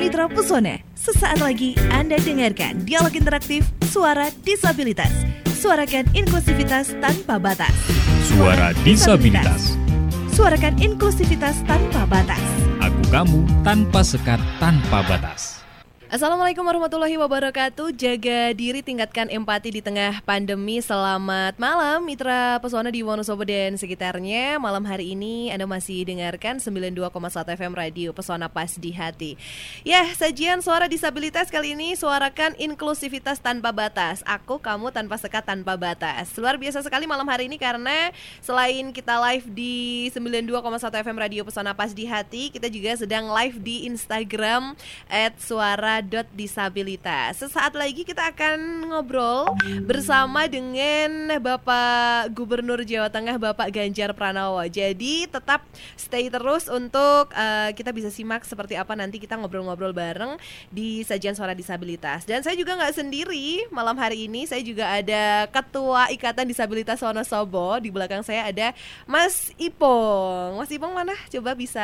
Mitra Pesona, sesaat lagi Anda dengarkan dialog interaktif Suara Disabilitas. Suarakan inklusivitas tanpa batas. Suara Disabilitas. Suarakan inklusivitas tanpa batas. Aku kamu tanpa sekat tanpa batas. Assalamualaikum warahmatullahi wabarakatuh. Jaga diri, tingkatkan empati di tengah pandemi. Selamat malam Mitra Pesona di Wonosobo dan sekitarnya. Malam hari ini Anda masih dengarkan 92,1 FM Radio Pesona Pas di Hati. Ya, sajian Suara Disabilitas kali ini suarakan inklusivitas tanpa batas. Aku, kamu tanpa sekat tanpa batas. Luar biasa sekali malam hari ini karena selain kita live di 92,1 FM Radio Pesona Pas di Hati, kita juga sedang live di Instagram @suara.disabilitas. Sesaat lagi kita akan ngobrol bersama dengan Bapak Gubernur Jawa Tengah, Bapak Ganjar Pranowo. Jadi tetap stay terus untuk kita bisa simak seperti apa nanti kita ngobrol-ngobrol bareng di sajian Suara Disabilitas. Dan saya juga nggak sendiri malam hari ini, saya juga ada Ketua Ikatan Disabilitas Wonosobo. Di belakang saya ada Mas Ipong. Mas Ipong mana? Coba bisa.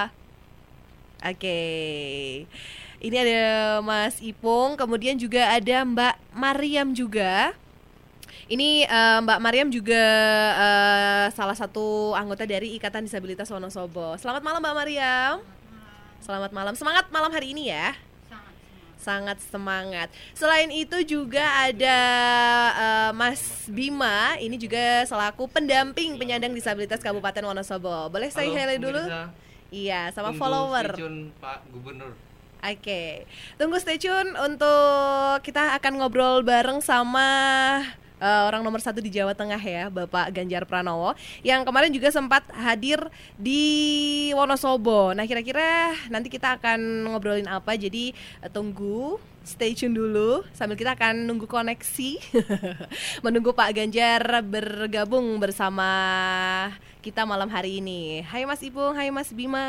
Oke. Ini ada Mas Ipung, kemudian juga ada Mbak Mariam juga. Ini Mbak Mariam juga salah satu anggota dari Ikatan Disabilitas Wonosobo. Selamat malam Mbak Mariam. Selamat malam. Semangat malam hari ini ya. Sangat semangat. Selain itu juga ada Mas Bima. Ini juga selaku pendamping penyandang disabilitas Kabupaten Wonosobo. Boleh saya hello dulu? Iya, sama follower. Stay tune Pak Gubernur. Oke, tunggu stay tune untuk kita akan ngobrol bareng sama orang nomor 1 di Jawa Tengah ya, Bapak Ganjar Pranowo, yang kemarin juga sempat hadir di Wonosobo. Nah, kira-kira nanti kita akan ngobrolin apa, jadi tunggu stay tune dulu sambil kita akan nunggu koneksi menunggu Pak Ganjar bergabung bersama kita malam hari ini. Hai Mas Ipung, hai Mas Bima.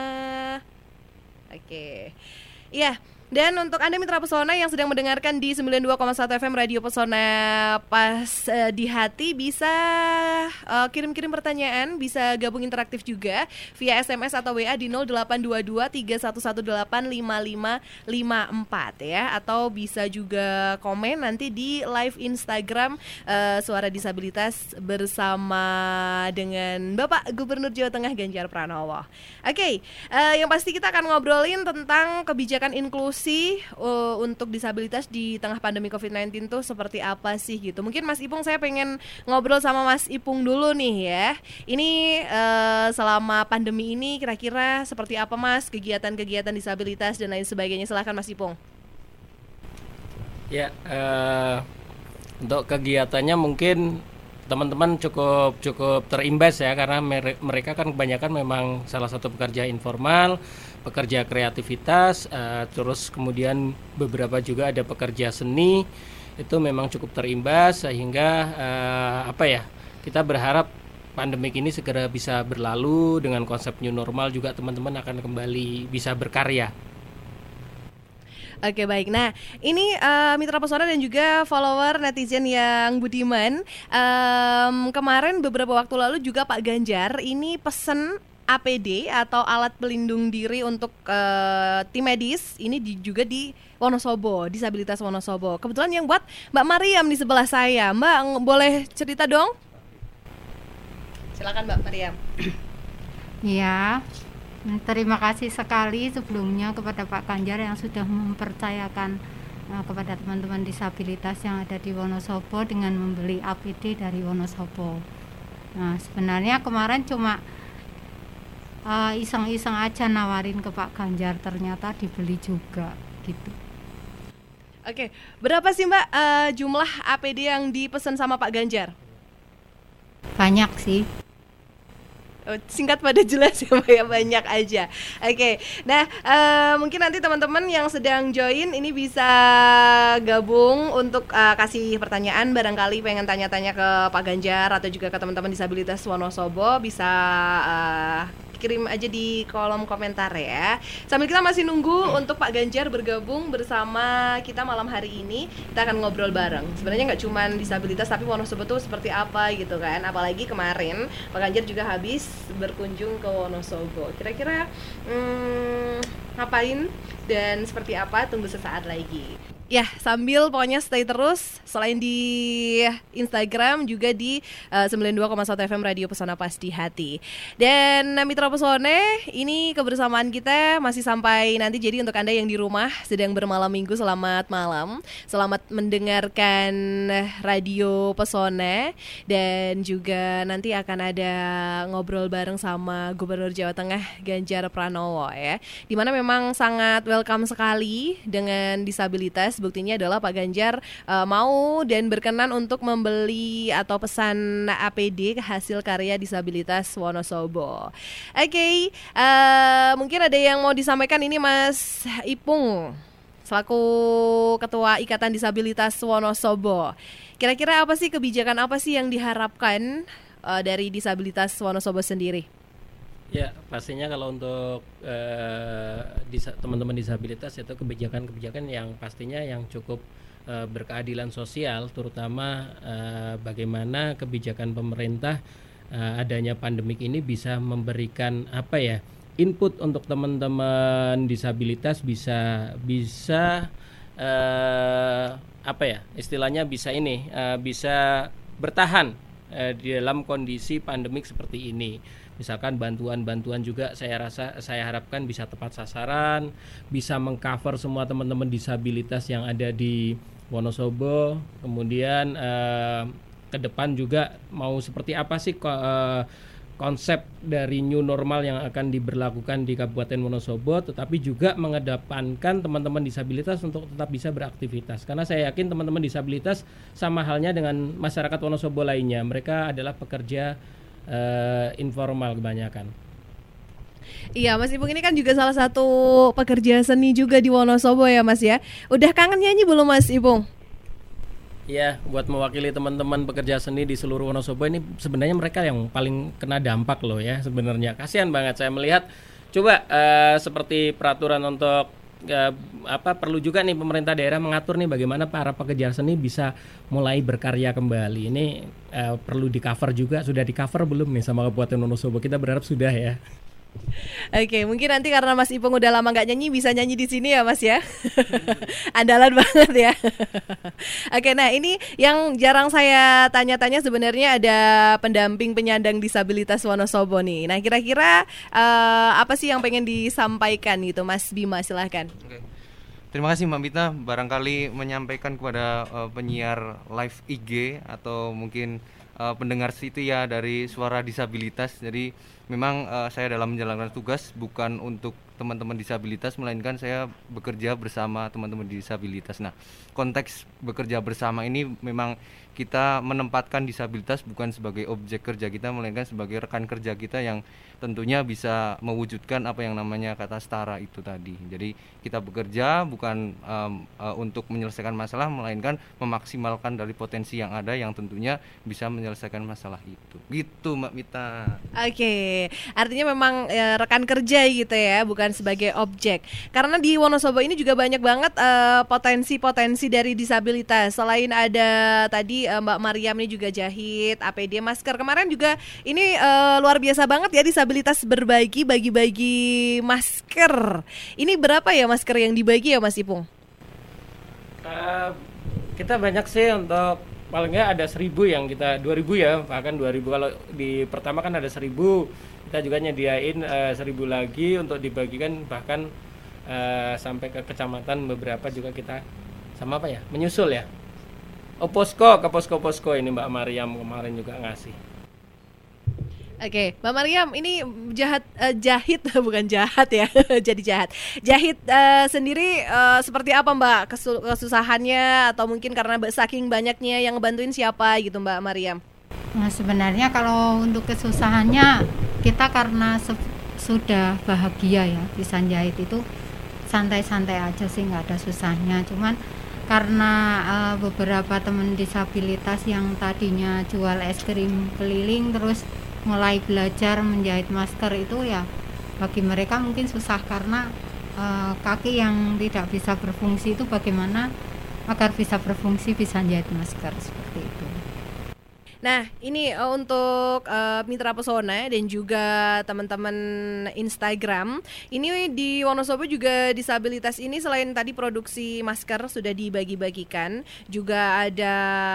Oke. Iya, dan untuk Anda Mitra Pesona yang sedang mendengarkan di 92,1 FM Radio Pesona Pas di Hati, bisa kirim-kirim pertanyaan, bisa gabung interaktif juga via SMS atau WA di 0822-3118-5554 ya, atau bisa juga komen nanti di live Instagram Suara Disabilitas bersama dengan Bapak Gubernur Jawa Tengah Ganjar Pranowo. Oke, yang pasti kita akan ngobrolin tentang kebijakan inklusi untuk disabilitas di tengah pandemi COVID-19 tuh seperti apa sih gitu. Mungkin Mas Ipung, saya pengen ngobrol sama Mas Ipung dulu nih ya. Ini selama pandemi ini kira-kira seperti apa Mas kegiatan-kegiatan disabilitas dan lain sebagainya. Silakan Mas Ipung. Ya, untuk kegiatannya mungkin teman-teman cukup terimbas ya, karena mereka kan kebanyakan memang salah satu pekerja informal, pekerja kreativitas, terus kemudian beberapa juga ada pekerja seni, itu memang cukup terimbas sehingga kita berharap pandemik ini segera bisa berlalu dengan konsep new normal, juga teman-teman akan kembali bisa berkarya. Oke, baik. Nah, ini Mitra Pesona dan juga follower netizen yang budiman, kemarin beberapa waktu lalu juga Pak Ganjar ini pesen APD atau alat pelindung diri untuk tim medis ini juga di Wonosobo, disabilitas Wonosobo. Kebetulan yang buat Mbak Mariam di sebelah saya. Mbak, boleh cerita dong? Silakan Mbak Mariam. Iya. Terima kasih sekali sebelumnya kepada Pak Ganjar yang sudah mempercayakan kepada teman-teman disabilitas yang ada di Wonosobo dengan membeli APD dari Wonosobo. Nah, sebenarnya kemarin cuma iseng-iseng aja nawarin ke Pak Ganjar, ternyata dibeli juga gitu. Oke, berapa sih Mbak jumlah APD yang dipesan sama Pak Ganjar? Banyak sih. Singkat pada jelas ya Mbak, ya, banyak aja. Oke, nah mungkin nanti teman-teman yang sedang join ini bisa gabung untuk kasih pertanyaan, barangkali pengen tanya-tanya ke Pak Ganjar atau juga ke teman-teman disabilitas Wonosobo, bisa kirim aja di kolom komentar ya. Sambil kita masih nunggu untuk Pak Ganjar bergabung bersama kita malam hari ini, kita akan ngobrol bareng. Sebenarnya nggak cuma disabilitas, tapi Wonosobo tuh seperti apa gitu kan. Apalagi kemarin Pak Ganjar juga habis berkunjung ke Wonosobo. Kira-kira ngapain dan seperti apa, tunggu sesaat lagi. Ya, sambil pokoknya stay terus selain di Instagram juga di 92,1 FM Radio Pesona Pasti Hati. Dan Mitra Pesone, ini kebersamaan kita masih sampai nanti. Jadi untuk Anda yang di rumah sedang bermalam minggu, selamat malam. Selamat mendengarkan Radio Pesona. Dan juga nanti akan ada ngobrol bareng sama Gubernur Jawa Tengah Ganjar Pranowo ya. Dimana memang sangat welcome sekali dengan disabilitas. Buktinya adalah Pak Ganjar mau dan berkenan untuk membeli atau pesan APD hasil karya disabilitas Wonosobo. Oke, mungkin ada yang mau disampaikan ini Mas Ipung selaku Ketua Ikatan Disabilitas Wonosobo. Kira-kira apa sih kebijakan apa sih yang diharapkan dari disabilitas Wonosobo sendiri? Ya, pastinya kalau untuk teman-teman disabilitas itu kebijakan-kebijakan yang pastinya yang cukup berkeadilan sosial, terutama bagaimana kebijakan pemerintah adanya pandemik ini bisa memberikan input untuk teman-teman disabilitas bisa istilahnya bisa bertahan di dalam kondisi pandemik seperti ini. Misalkan bantuan-bantuan juga saya harapkan bisa tepat sasaran, bisa mengcover semua teman-teman disabilitas yang ada di Wonosobo. Kemudian ke depan juga mau seperti apa sih konsep dari new normal yang akan diberlakukan di Kabupaten Wonosobo, tetapi juga mengedepankan teman-teman disabilitas untuk tetap bisa beraktivitas. Karena saya yakin teman-teman disabilitas sama halnya dengan masyarakat Wonosobo lainnya, mereka adalah pekerja informal kebanyakan. Iya, Mas Ipung ini kan juga salah satu pekerja seni juga di Wonosobo ya Mas ya. Udah kangen nyanyi belum Mas Ipung? Iya, buat mewakili teman-teman pekerja seni di seluruh Wonosobo ini sebenarnya mereka yang paling kena dampak loh ya sebenarnya. Kasihan banget saya melihat. Coba seperti peraturan untuk perlu juga nih pemerintah daerah mengatur nih bagaimana para pekerja seni bisa mulai berkarya kembali. Ini perlu di cover juga. Sudah di cover belum nih sama Kabupaten Wonosobo? Kita berharap sudah ya. Oke, mungkin nanti karena Mas Ipung udah lama nggak nyanyi, bisa nyanyi di sini ya Mas ya. Andalan banget ya. Oke, nah ini yang jarang saya tanya-tanya sebenarnya ada pendamping penyandang disabilitas Wonosobo nih. Nah kira-kira apa sih yang pengen disampaikan gitu Mas Bima, silahkan. Oke. Terima kasih Mbak Mita, barangkali menyampaikan kepada penyiar live IG atau mungkin pendengar setia dari Suara Disabilitas. Jadi memang saya dalam menjalankan tugas bukan untuk teman-teman disabilitas, melainkan saya bekerja bersama teman-teman disabilitas. Nah, konteks bekerja bersama ini memang kita menempatkan disabilitas bukan sebagai objek kerja kita, melainkan sebagai rekan kerja kita yang tentunya bisa mewujudkan apa yang namanya kata setara itu tadi. Jadi kita bekerja bukan untuk menyelesaikan masalah, melainkan memaksimalkan dari potensi yang ada yang tentunya bisa menyelesaikan masalah itu. Gitu Mbak Mita. Oke, artinya memang rekan kerja gitu ya, bukan sebagai objek. Karena di Wonosobo ini juga banyak banget potensi-potensi dari disabilitas. Selain ada tadi Mbak Mariam ini juga jahit, APD, masker. Kemarin juga ini luar biasa banget ya disabilitas berbagi, bagi-bagi masker. Ini berapa ya masker yang dibagi ya Mas Ipung? Kita banyak sih, untuk paling nggak ada 1.000 yang kita 2.000 ya, bahkan 2.000. Kalau di pertama kan ada 1.000, kita juga nyediain 1.000 lagi untuk dibagikan, bahkan sampai ke kecamatan beberapa juga kita sama menyusul ya. Posko ini Mbak Mariam kemarin juga ngasih. Oke, Mbak Mariam, ini jahit bukan jahat ya, jadi jahat. Jahit sendiri seperti apa Mbak kesusahannya, atau mungkin karena saking banyaknya yang ngebantuin siapa gitu Mbak Mariam? Nah, sebenarnya kalau untuk kesusahannya kita karena sudah bahagia ya bisa jahit itu santai-santai aja sih, nggak ada susahnya. Cuman karena beberapa teman disabilitas yang tadinya jual es krim keliling terus mulai belajar menjahit masker itu ya bagi mereka mungkin susah karena kaki yang tidak bisa berfungsi itu bagaimana agar bisa berfungsi bisa menjahit masker seperti itu. Nah, ini untuk Mitra Pesona dan juga teman-teman Instagram. Ini di Wonosobo juga disabilitas ini selain tadi produksi masker sudah dibagi-bagikan, juga ada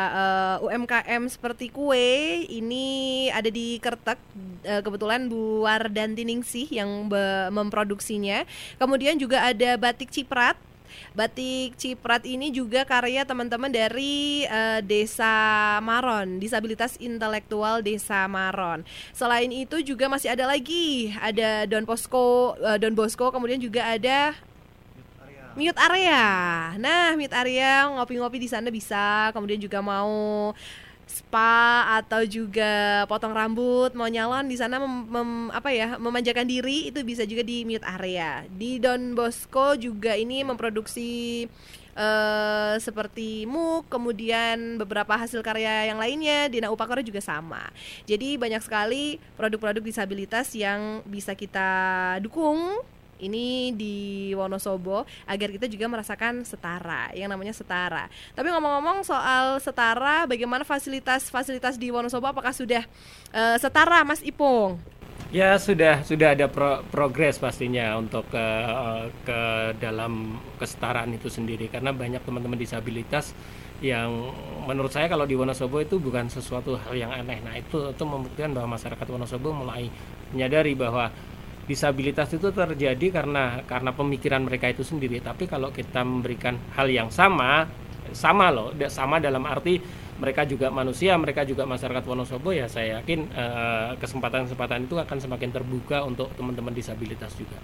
UMKM seperti kue. Ini ada di Kertek. Kebetulan Bu Wardanti Ningsih yang memproduksinya. Kemudian juga ada batik Ciprat. Batik Ciprat ini juga karya teman-teman dari Desa Maron, disabilitas intelektual Desa Maron. Selain itu juga masih ada lagi, ada Don Bosco, kemudian juga ada Mute Area. Nah, Mute Area ngopi-ngopi di sana bisa, kemudian juga mau spa atau juga potong rambut, mau nyalon di sana memanjakan diri, itu bisa juga di Mute Area. Di Don Bosco juga ini memproduksi seperti muk, kemudian beberapa hasil karya yang lainnya. Dina Upakara juga sama. Jadi banyak sekali produk-produk disabilitas yang bisa kita dukung ini di Wonosobo agar kita juga merasakan setara, yang namanya setara. Tapi ngomong-ngomong soal setara, bagaimana fasilitas di Wonosobo, apakah sudah setara, Mas Ipung? Ya, sudah ada progres pastinya untuk ke dalam kesetaraan itu sendiri, karena banyak teman-teman disabilitas yang menurut saya kalau di Wonosobo itu bukan sesuatu hal yang aneh. Nah, itu membuktikan bahwa masyarakat Wonosobo mulai menyadari bahwa disabilitas itu terjadi karena pemikiran mereka itu sendiri. Tapi kalau kita memberikan hal yang sama dalam arti mereka juga manusia, mereka juga masyarakat Wonosobo, ya saya yakin kesempatan-kesempatan itu akan semakin terbuka untuk teman-teman disabilitas juga.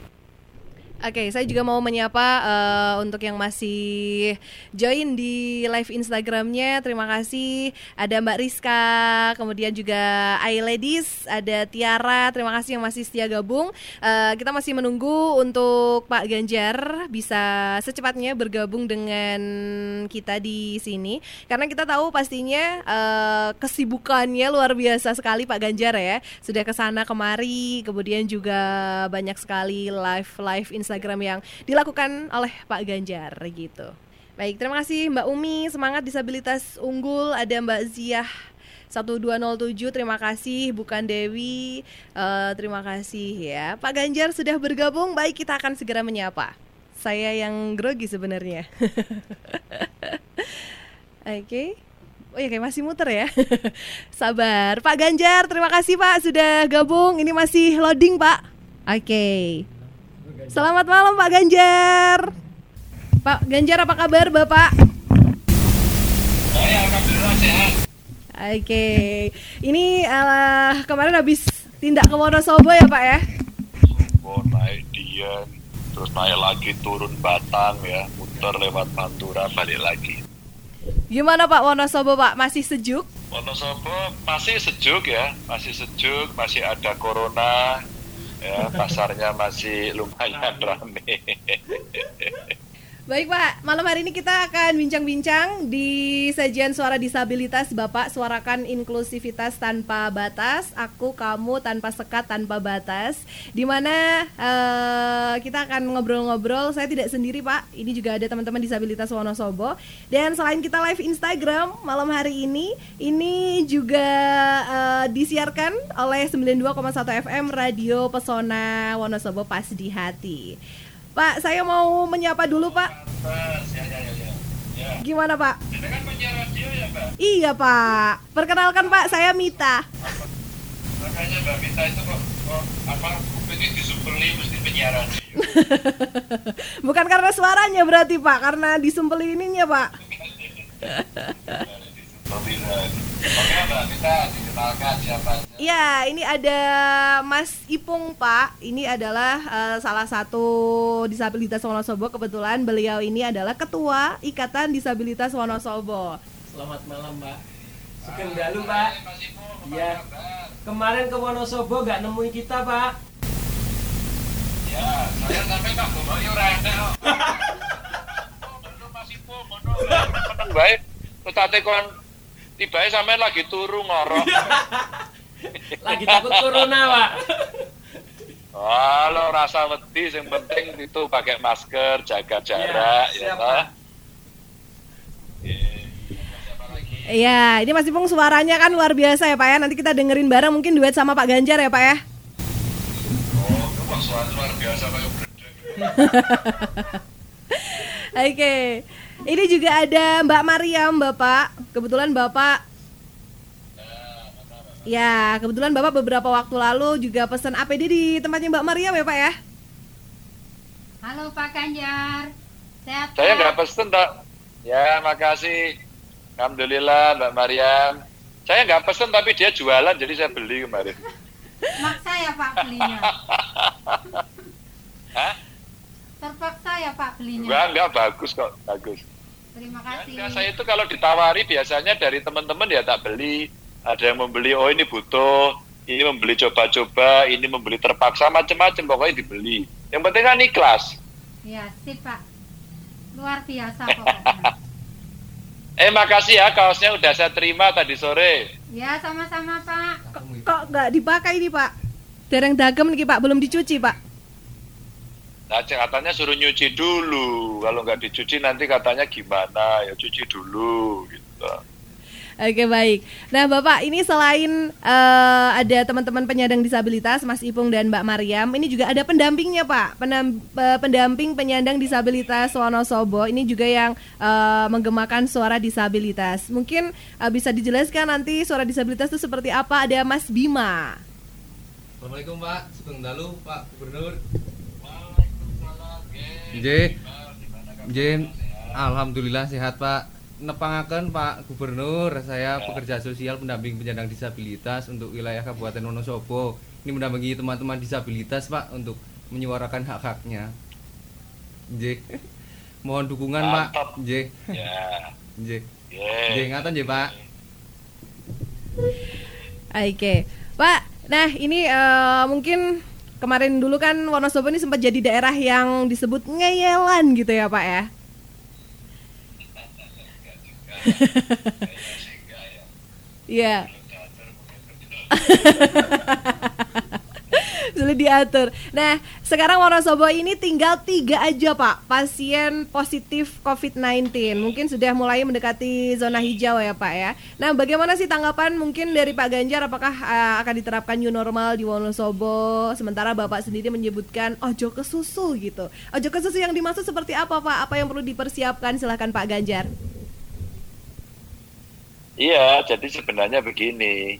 Oke, saya juga mau menyapa untuk yang masih join di live Instagramnya. Terima kasih. Ada Mbak Rizka, kemudian juga iLadies, ada Tiara. Terima kasih yang masih setia gabung. Kita masih menunggu untuk Pak Ganjar bisa secepatnya bergabung dengan kita di sini, karena kita tahu pastinya kesibukannya luar biasa sekali Pak Ganjar ya. Sudah kesana kemari, kemudian juga banyak sekali live Instagram yang dilakukan oleh Pak Ganjar gitu. Baik, terima kasih Mbak Umi, semangat disabilitas unggul. Ada Mbak Ziah 1207, terima kasih. Bukan Dewi, terima kasih ya. Pak Ganjar sudah bergabung, baik kita akan segera menyapa. Saya yang grogi sebenarnya. Oke. Oh ya, kayak masih muter ya. Sabar. Pak Ganjar, terima kasih Pak sudah gabung. Ini masih loading Pak. Oke. Selamat malam Pak Ganjar. Pak Ganjar, apa kabar Bapak? Alhamdulillah sehat. Oke. Ini kemarin habis tindak ke Wonosobo ya Pak ya? Sobo naik Dieng, terus naik lagi turun Batang ya, muter lewat Pantura balik lagi. Gimana Pak Wonosobo Pak? Masih sejuk? Wonosobo masih sejuk ya, masih ada corona. Ya, pasarnya masih lumayan ramai. Baik Pak, malam hari ini kita akan bincang-bincang di sajian Suara Disabilitas. Bapak suarakan inklusivitas tanpa batas, aku kamu tanpa sekat tanpa batas. Dimana kita akan ngobrol-ngobrol. Saya tidak sendiri Pak, ini juga ada teman-teman disabilitas Wonosobo. Dan selain kita live Instagram malam hari ini juga disiarkan oleh 92,1 FM Radio Pesona Wonosobo, pas di hati. Pak, saya mau menyapa dulu Pak. Ya. Gimana Pak? Ini kan penyiar radio ya Pak? Iya Pak. Perkenalkan Pak, saya Mita. Makanya Mbak Mita itu kok kupingnya disumpeli mesti penyiar radio. Bukan karena suaranya berarti Pak, karena disumpeli ininya Pak. Oke Mbak Mita, dikenalkan siapa? Ya, ini ada Mas Ipung Pak. Ini adalah salah satu disabilitas Wonosobo. Kebetulan beliau ini adalah Ketua Ikatan Disabilitas Wonosobo. Selamat malam Pak. Sugeng dalu Pak. Iya. Kemarin ke Wonosobo nggak nemuin kita Pak. Ya, saya sampai Pak Bomoyo ora ada. Belum Mas Ipung, ngono. Meneng bae. Utate kon tibae sampean lagi turu ngorok. Lagi takut corona Pak. Halo, rasa wedi, yang penting itu pakai masker, jaga jarak, ya, siap, Pak. Iya, ini Mas Ipung suaranya kan luar biasa ya Pak ya. Nanti kita dengerin bareng mungkin duet sama Pak Ganjar ya Pak ya. Oh, itu suara luar biasa kayak berdek. Oke. Ini juga ada Mbak Mariam, Bapak. Kebetulan Bapak ya, kebetulan Bapak beberapa waktu lalu juga pesan APD di tempatnya Mbak Mariam ya Pak ya. Halo Pak Ganjar. Sehat? Saya Pak? nggak pesen, Pak. Ya, makasih. Alhamdulillah, Mbak Mariam. Saya nggak pesen, tapi dia jualan, jadi saya beli kemarin. Maksa ya Pak belinya. Hah? Terpaksa ya Pak belinya. Enggak, bagus kok, bagus. Terima Ya, kasih. enggak, saya itu kalau ditawari biasanya dari teman-teman ya tak beli. Ada yang membeli, oh ini butuh, ini membeli coba-coba, ini membeli terpaksa, macam-macam, pokoknya dibeli. Yang penting kan ikhlas. Ya, sip Pak. Luar biasa pokoknya. Makasih ya, kaosnya udah saya terima tadi sore. Ya, sama-sama Pak. Kok nggak dipakai nih Pak? Dereng dagem nih Pak, belum dicuci Pak. Nah, katanya suruh nyuci dulu. Kalau nggak dicuci nanti katanya gimana, ya cuci dulu gitu. Oke baik. Nah Bapak ini selain ada teman-teman penyandang disabilitas Mas Ipung dan Mbak Mariam, ini juga ada pendampingnya Pak, pendamping penyandang disabilitas Wonosobo. Ini juga yang menggemakan suara disabilitas. Mungkin bisa dijelaskan nanti suara disabilitas itu seperti apa? Ada Mas Bima. Assalamualaikum Pak, sugeng dalu Pak Gubernur. Waalaikumsalam. Nggih, alhamdulillah sehat Pak. Nepangaken Pak Gubernur, saya pekerja sosial pendamping penyandang disabilitas untuk wilayah Kabupaten Wonosobo. Ini mendampingi teman-teman disabilitas Pak untuk menyuarakan hak-haknya. Nggih. Mohon dukungan Pak. Nggih. Ya. Nggih. Yeah. Nggih, ngaten nggih Pak. Oke, Pak. Nah ini mungkin kemarin dulu kan Wonosobo ini sempat jadi daerah yang disebut ngeyelan gitu ya Pak ya. Iya. Sulit diatur. Nah, sekarang Wonosobo ini tinggal 3 aja Pak pasien positif COVID-19. Mungkin sudah mulai mendekati zona hijau ya Pak ya. Nah, bagaimana sih tanggapan mungkin dari Pak Ganjar? Apakah akan diterapkan new normal di Wonosobo? Sementara Bapak sendiri menyebutkan ojo ke susu gitu. Ojo ke susu yang dimaksud seperti apa Pak? Apa yang perlu dipersiapkan? Silahkan Pak Ganjar. Iya, jadi sebenarnya begini,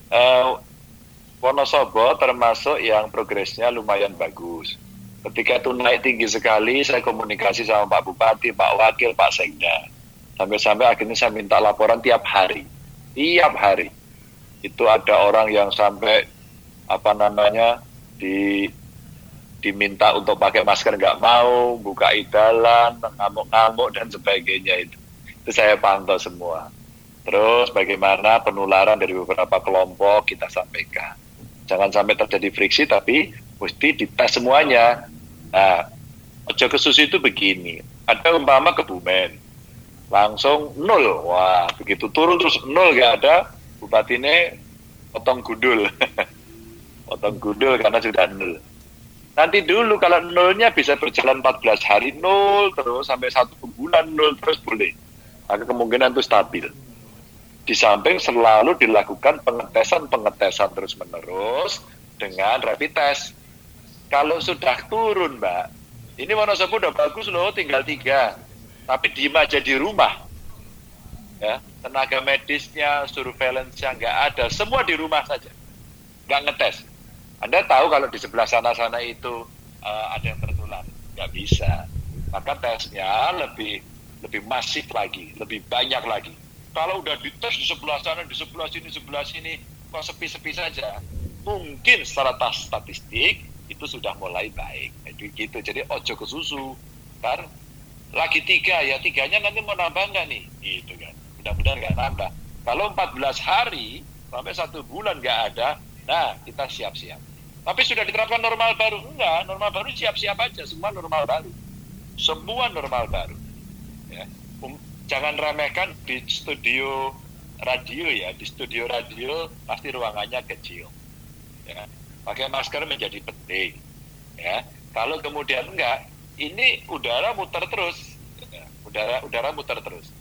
Wonosobo termasuk yang progresnya lumayan bagus. Ketika itu naik tinggi sekali, saya komunikasi sama Pak Bupati, Pak Wakil, Pak Sekda. Sampai-sampai akhirnya saya minta laporan tiap hari. Tiap hari. Itu ada orang yang sampai, diminta untuk pakai masker nggak mau, buka idalan, ngamuk-ngamuk, dan sebagainya itu. Itu saya pantau semua. Terus bagaimana penularan dari beberapa kelompok kita sampaikan. Jangan sampai terjadi friksi, tapi mesti dites semuanya. Nah, ojo ke susu itu begini. Ada umpama Kebumen, langsung 0. Wah, begitu turun terus 0 gak ada, bupatinya potong gundul. Potong gundul karena sudah 0. Nanti dulu kalau 0-nya bisa berjalan 14 hari 0 terus, sampai 1 bulan 0 terus boleh. Maka kemungkinan itu stabil. Di samping selalu dilakukan pengetesan terus-menerus dengan rapid test. Kalau sudah turun, Mbak, ini Wonosobo udah bagus loh, tinggal 3. Tapi diem aja di rumah. Ya, tenaga medisnya, surveillance-nya nggak ada, semua di rumah saja. Nggak ngetes. Anda tahu kalau di sebelah sana-sana itu ada yang tertular? Nggak bisa. Maka tesnya lebih masif lagi, lebih banyak lagi. Kalau udah dites di sebelah sana, di sebelah sini, kok sepi-sepi saja. Mungkin secara statistik itu sudah mulai baik. Jadi gitu. Jadi ojo ke susu. Kan lagi 3 ya, 3-nya nanti mau nambah nggak nih? Gitu kan. Mudah-mudahan nggak nambah. Kalau 14 hari sampai 1 bulan nggak ada, nah kita siap-siap. Tapi sudah diterapkan normal baru? Enggak, normal baru siap-siap aja. Semua normal baru. Semua normal baru. Ya. Jangan remehkan di studio radio ya. Di studio radio pasti ruangannya kecil. Ya. Pakai masker menjadi penting. Ya. Kalau kemudian enggak, ini udara muter terus. Ya. Udara muter terus.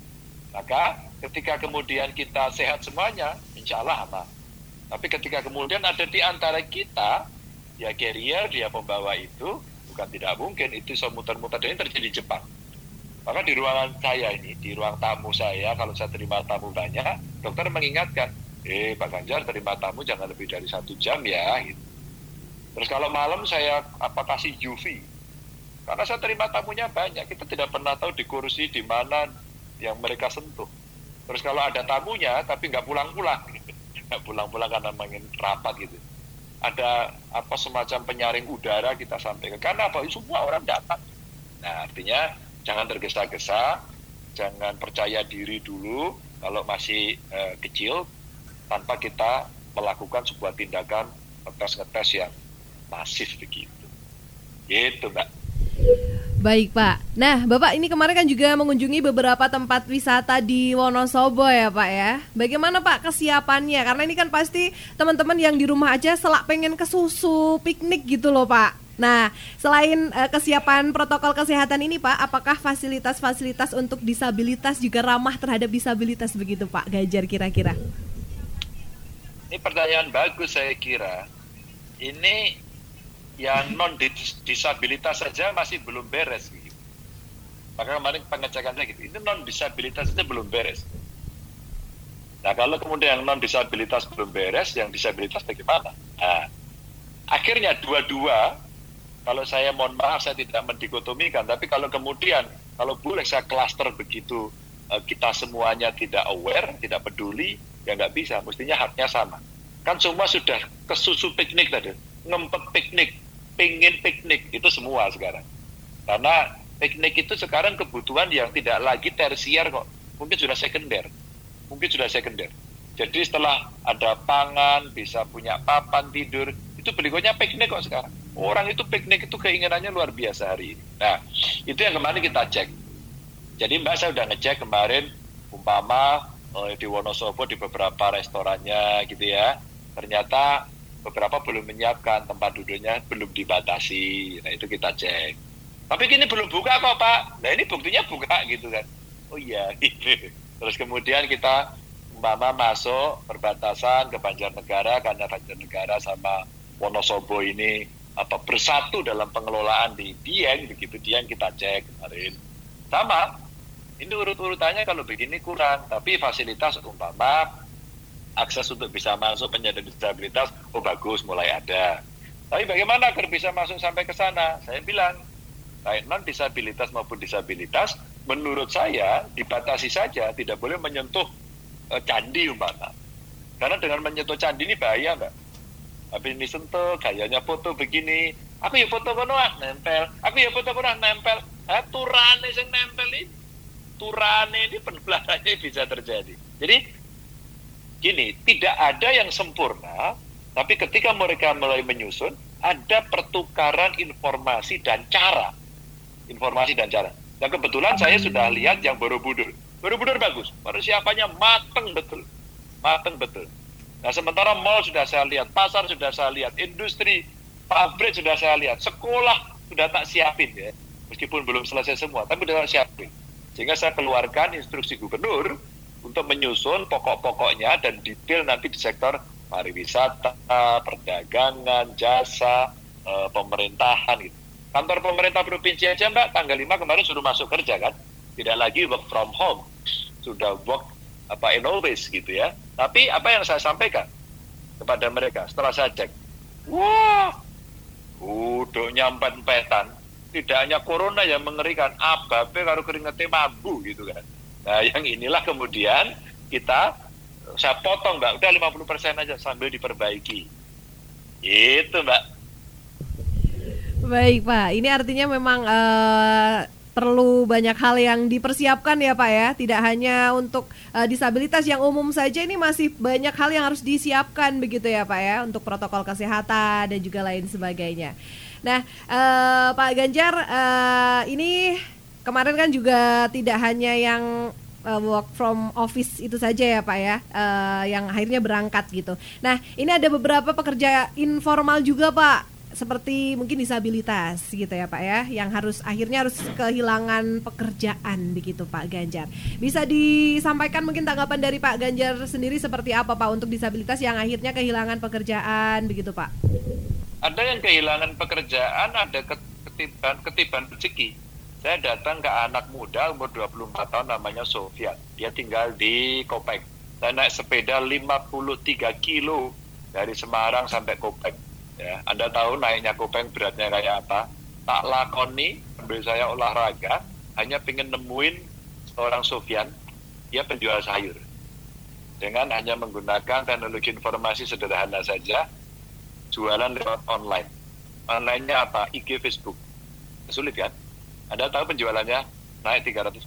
Maka ketika kemudian kita sehat semuanya, insya Allah aman. Tapi ketika kemudian ada di antara kita, ya carrier, dia pembawa itu, bukan tidak mungkin, itu bisa muter-muter, dan ini terjadi di Jepang. Maka di ruangan saya ini, di ruang tamu saya, kalau saya terima tamu banyak, dokter mengingatkan, Pak Ganjar terima tamu jangan lebih dari 1 jam ya. Gitu. Terus kalau malam saya kasih UV, karena saya terima tamunya banyak, kita tidak pernah tahu di kursi di mana yang mereka sentuh. Terus kalau ada tamunya, tapi nggak pulang-pulang, nggak pulang-pulang karena main rapat gitu. Ada semacam penyaring udara kita sampaikan, karena apa? Semua orang datang. Nah, artinya jangan tergesa-gesa, jangan percaya diri dulu kalau masih kecil, tanpa kita melakukan sebuah tindakan ngetes yang masif begitu. Gitu, Mbak. Baik, Pak. Nah, Bapak ini kemarin kan juga mengunjungi beberapa tempat wisata di Wonosobo ya, Pak ya. Bagaimana, Pak, kesiapannya? Karena ini kan pasti teman-teman yang di rumah aja selak pengen ke susu, piknik gitu loh, Pak. Nah, selain kesiapan protokol kesehatan ini, Pak, apakah fasilitas-fasilitas untuk disabilitas juga ramah terhadap disabilitas begitu, Pak Ganjar kira-kira? Ini pertanyaan bagus saya kira. Ini yang non-disabilitas saja masih belum beres. Gitu. Maka kemarin pengecekannya gitu, ini non-disabilitas saja belum beres. Nah, kalau kemudian yang non-disabilitas belum beres, yang disabilitas bagaimana? Nah, akhirnya dua-dua, kalau saya mohon maaf, saya tidak mendikotomikan, tapi kalau kemudian, kalau boleh saya klaster begitu, kita semuanya tidak aware, tidak peduli, ya nggak bisa, mestinya haknya sama. Kan semua sudah ke susu piknik tadi, ngempet piknik, pingin piknik, itu semua sekarang. Karena piknik itu sekarang kebutuhan yang tidak lagi tersier kok, mungkin sudah sekunder. Jadi setelah ada pangan, bisa punya papan tidur, itu berikutnya piknik kok sekarang. Orang itu piknik itu keinginannya luar biasa hari ini. Nah, itu yang kemarin kita cek. Jadi Mbak, saya udah ngecek kemarin, umpama di Wonosobo di beberapa restorannya gitu ya, ternyata beberapa belum menyiapkan tempat duduknya, belum dibatasi. Nah, itu kita cek. Tapi gini belum buka kok, Pak. Nah, ini buktinya buka gitu kan. Oh iya, gitu. Terus kemudian kita umpama masuk perbatasan ke Banjarnegara, karena Banjarnegara sama Wonosobo ini bersatu dalam pengelolaan di Dieng, begitu Dieng kita cek kemarin. Sama, ini urut-urutannya kalau begini kurang, tapi fasilitas umpama akses untuk bisa masuk penyandang disabilitas, oh bagus, mulai ada. Tapi bagaimana agar bisa masuk sampai ke sana? Saya bilang, baik non-disabilitas maupun disabilitas, menurut saya dibatasi saja, tidak boleh menyentuh candi umpama. Karena dengan menyentuh candi ini bahaya, Mbak. Habis ini sentuh, gayanya foto begini, aku ya foto kono nempel, aku ya foto kono nempel. Turane sing nempel ini, turane ini penularannya bisa terjadi. Jadi gini, tidak ada yang sempurna, tapi ketika mereka mulai menyusun, ada pertukaran informasi dan cara. Dan kebetulan saya sudah lihat yang Borobudur. Borobudur bagus, persiapannya mateng betul. Nah, sementara mall sudah saya lihat, pasar sudah saya lihat, industri, pabrik sudah saya lihat, sekolah sudah tak siapin ya. Meskipun belum selesai semua, tapi sudah tak siapin. Sehingga saya keluarkan instruksi gubernur untuk menyusun pokok-pokoknya dan detail nanti di sektor pariwisata, perdagangan, jasa, pemerintahan gitu. Kantor pemerintah provinsi aja, Mbak, tanggal 5 kemarin suruh masuk kerja kan. Tidak lagi work from home. Sudah work in office gitu ya. Tapi apa yang saya sampaikan kepada mereka setelah saya cek, wah, udah nyampe-empetan. Tidak hanya corona yang mengerikan, ababe karo keringetnya mabu gitu kan. Nah, yang inilah kemudian saya potong, Mbak, udah 50% aja sambil diperbaiki. Itu, Mbak. Baik, Pak. Ini artinya memang perlu banyak hal yang dipersiapkan ya, Pak ya. Tidak hanya untuk disabilitas yang umum saja, ini masih banyak hal yang harus disiapkan begitu ya, Pak ya, untuk protokol kesehatan dan juga lain sebagainya. Nah, Pak Ganjar, ini kemarin kan juga tidak hanya yang work from office itu saja ya, Pak ya, yang akhirnya berangkat gitu. Nah, ini ada beberapa pekerja informal juga, Pak. seperti mungkin disabilitas gitu ya Pak ya, yang akhirnya harus kehilangan pekerjaan begitu Pak Ganjar. Bisa disampaikan mungkin tanggapan dari Pak Ganjar sendiri seperti apa Pak untuk disabilitas yang akhirnya kehilangan pekerjaan begitu Pak? Ada yang kehilangan pekerjaan, ada ketiban rezeki. Saya datang ke anak muda umur 24 tahun namanya Sofyan. Dia tinggal di Kopeng. Saya naik sepeda 53 kilo dari Semarang sampai Kopeng. Ya, Anda tahu naiknya Kopeng beratnya kayak apa? Tak lakoni, sambil saya olahraga, hanya pengen nemuin seorang Sofyan, dia penjual sayur. Dengan hanya menggunakan teknologi informasi sederhana saja, jualan lewat online. Online-nya apa? IG, Facebook. Sulit kan? Anda tahu penjualannya naik 300%.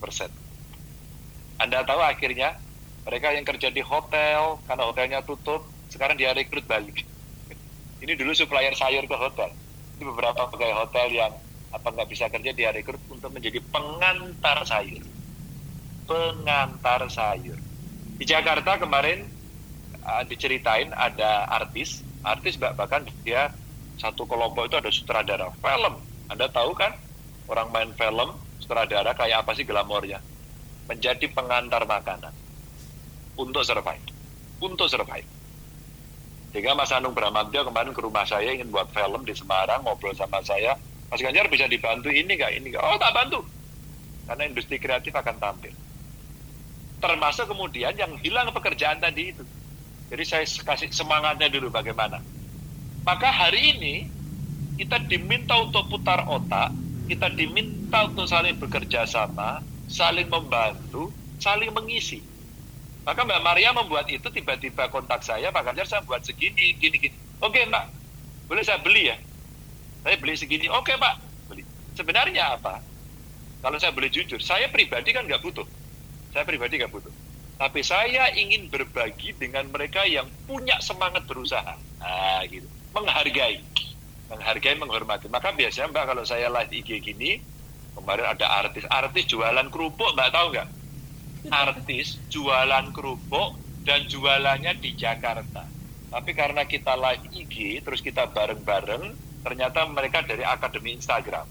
Anda tahu akhirnya mereka yang kerja di hotel, karena hotelnya tutup, sekarang dia rekrut balik. Ini dulu supplier sayur ke hotel. Ini beberapa pegawai hotel yang nggak bisa kerja, dia rekrut untuk menjadi pengantar sayur. Pengantar sayur. Di Jakarta kemarin diceritain ada artis bahkan dia satu kelompok itu ada sutradara film. Anda tahu kan? Orang main film, sutradara kayak apa sih glamornya? Menjadi pengantar makanan untuk survive. Sehingga Mas Anung Bramantyo kemarin ke rumah saya ingin buat film di Semarang, ngobrol sama saya, Mas Ganjar bisa dibantu ini nggak? Oh, tak bantu. Karena industri kreatif akan tampil. Termasuk kemudian yang hilang pekerjaan tadi itu. Jadi saya kasih semangatnya dulu bagaimana. Maka hari ini kita diminta untuk putar otak, kita diminta untuk saling bekerja sama, saling membantu, saling mengisi. Maka Mbak Maria membuat itu, tiba-tiba kontak saya, Pak Ganjar saya buat segini, gini. Oke Mbak, boleh saya beli ya? Saya beli segini, oke Pak, beli. Sebenarnya apa? Kalau saya boleh jujur, saya pribadi kan nggak butuh. Tapi saya ingin berbagi dengan mereka yang punya semangat berusaha. Nah gitu, menghargai, menghormati. Maka biasanya Mbak kalau saya live IG gini, kemarin ada artis jualan kerupuk, Mbak tahu nggak? Artis jualan kerupuk dan jualannya di Jakarta. Tapi karena kita live IG, terus kita bareng-bareng, ternyata mereka dari akademi Instagram.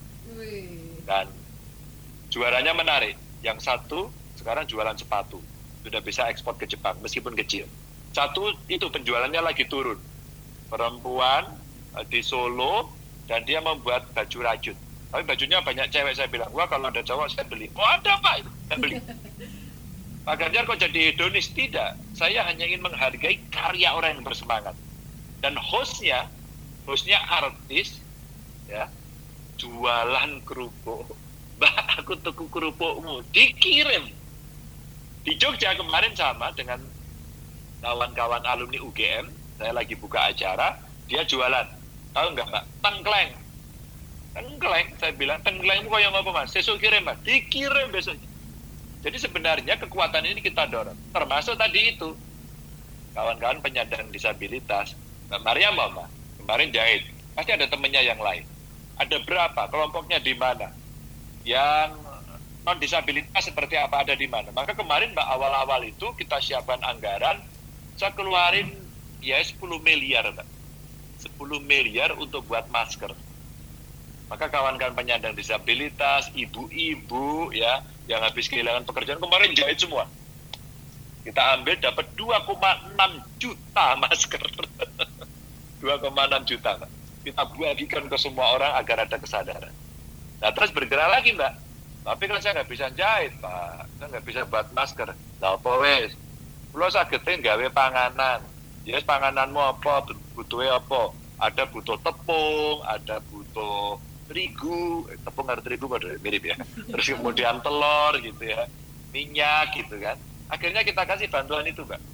Dan jualannya menarik. Yang satu sekarang jualan sepatu, sudah bisa ekspor ke Jepang meskipun kecil. Satu itu penjualannya lagi turun. Perempuan di Solo dan dia membuat baju rajut. Tapi bajunya banyak cewek. Saya bilang, wah kalau ada cowok saya beli. Oh ada Pak, itu saya beli. Pak Ganjar kok jadi hedonis? Tidak. Saya hanya ingin menghargai karya orang yang bersemangat. Dan hostnya artis, ya, jualan kerupuk. Mbak, aku tuku kerupukmu, dikirim. Di Jogja kemarin sama dengan kawan-kawan alumni UGM, saya lagi buka acara, dia jualan. Tahu nggak Mbak? Tengkleng, saya bilang, tengklengmu kok yang apa Mas? Besok kirim Mas, dikirim besoknya. Jadi sebenarnya kekuatan ini kita dorong. Termasuk tadi itu, kawan-kawan penyandang disabilitas, Mbak Maria Mama, kemarin jahit, pasti ada temennya yang lain. Ada berapa? Kelompoknya di mana? Yang non-disabilitas seperti apa, ada di mana? Maka kemarin Mbak awal-awal itu kita siapkan anggaran, saya keluarin ya 10 miliar Mbak. 10 miliar untuk buat masker. Maka kawan-kawan penyandang disabilitas, ibu-ibu ya, yang habis kehilangan pekerjaan kemarin jahit semua. Kita ambil dapat 2,6 juta masker. 2,6 juta Mbak. Kita bagikan ke semua orang agar ada kesadaran. Nah terus bergerak lagi Mbak. Tapi kan saya nggak bisa jahit Pak. Saya nggak bisa buat masker. Lah apa wes? Kalau sagetin gawe panganan. Yes, pangananmu apa? Butuhnya apa? Ada butuh tepung, ada butuh terigu. Tepung ada terigu pada mirip ya. Terus kemudian telur gitu ya. Minyak gitu kan. Akhirnya kita kasih bantuan itu Mbak.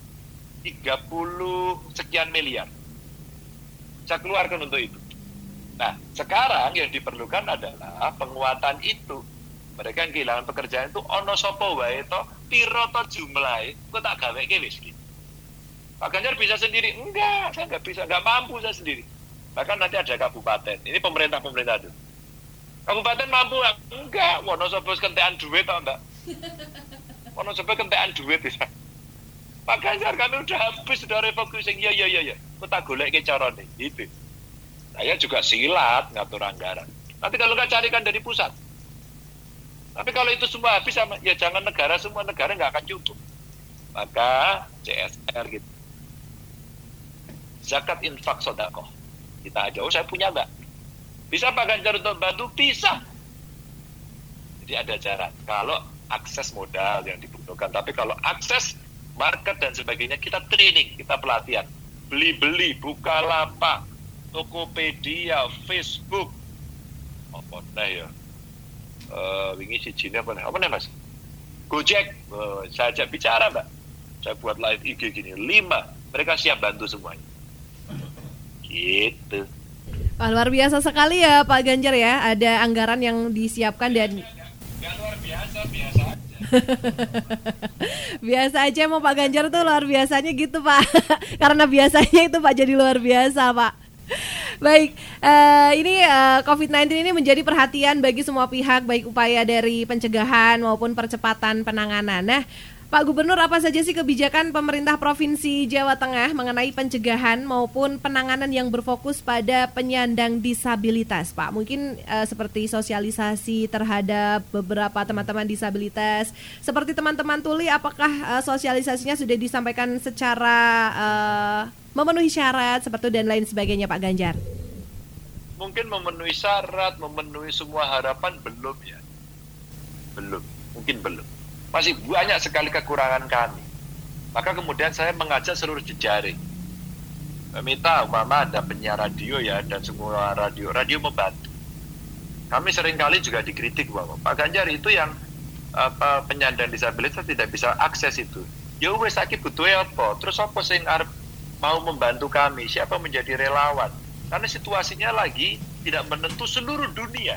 30 sekian miliar. Saya keluarkan untuk itu. Nah, sekarang yang diperlukan adalah penguatan itu. Mereka yang kehilangan pekerjaan itu ono sopo wae to, piro to jumlahe, kok tak gaweke wis iki. Pak Ganjar bisa sendiri? Enggak, saya nggak bisa, nggak mampu saya sendiri. Bahkan nanti ada kabupaten. Ini pemerintah itu. Kabupaten mampu? Enggak, ono sopo kentekan duit to, Mbak. Ono sopo kentekan duit bisa. Pak Ganjar kami udah habis, sudah refocusing. Ya. Kok tak goleke carane gitu. Saya juga silat ngatur anggaran. Nanti kalau nggak carikan dari pusat. Tapi kalau itu semua habis ya jangan semua negara nggak akan cukup. Maka CSR gitu. Zakat infak sedekah. Kita aja, saya punya nggak? Bisa Pak Ganjar untuk bantu? Bisa. Jadi ada cara. Kalau akses modal yang dibutuhkan, tapi kalau akses market dan sebagainya, kita training, kita pelatihan. Beli-beli, Bukalapak, Tokopedia, Facebook. Apa nih ya? Wingi sijine apa nih Mas? Gojek. Saya ajak bicara, Mbak. Saya buat live IG gini, 5. Mereka siap bantu semuanya. Gitu. Wah, luar biasa sekali ya Pak Ganjar ya. Ada anggaran yang disiapkan dan Gak luar biasa aja. biasa aja mau Pak Ganjar tuh luar biasanya gitu Pak. Karena biasanya itu Pak jadi luar biasa Pak. Baik, ini COVID-19 ini menjadi perhatian bagi semua pihak, baik upaya dari pencegahan maupun percepatan penanganan. Nah, Pak Gubernur, apa saja sih kebijakan pemerintah Provinsi Jawa Tengah mengenai pencegahan maupun penanganan yang berfokus pada penyandang disabilitas, Pak? Mungkin seperti sosialisasi terhadap beberapa teman-teman disabilitas, seperti teman-teman tuli, apakah sosialisasinya sudah disampaikan secara memenuhi syarat seperti dan lain sebagainya, Pak Ganjar? Mungkin memenuhi syarat, memenuhi semua harapan belum ya. Belum, mungkin belum. Masih banyak sekali kekurangan kami. Maka kemudian saya mengajak seluruh jejaring. Minta umpama ada penyiar radio ya, dan semua radio membantu. Kami seringkali juga dikritik bahwa Pak Ganjar itu yang penyandang disabilitas tidak bisa akses itu. Ya wes saiki butuhe apa? Terus apa sing arep mau membantu kami? Siapa menjadi relawan? Karena situasinya lagi tidak menentu seluruh dunia.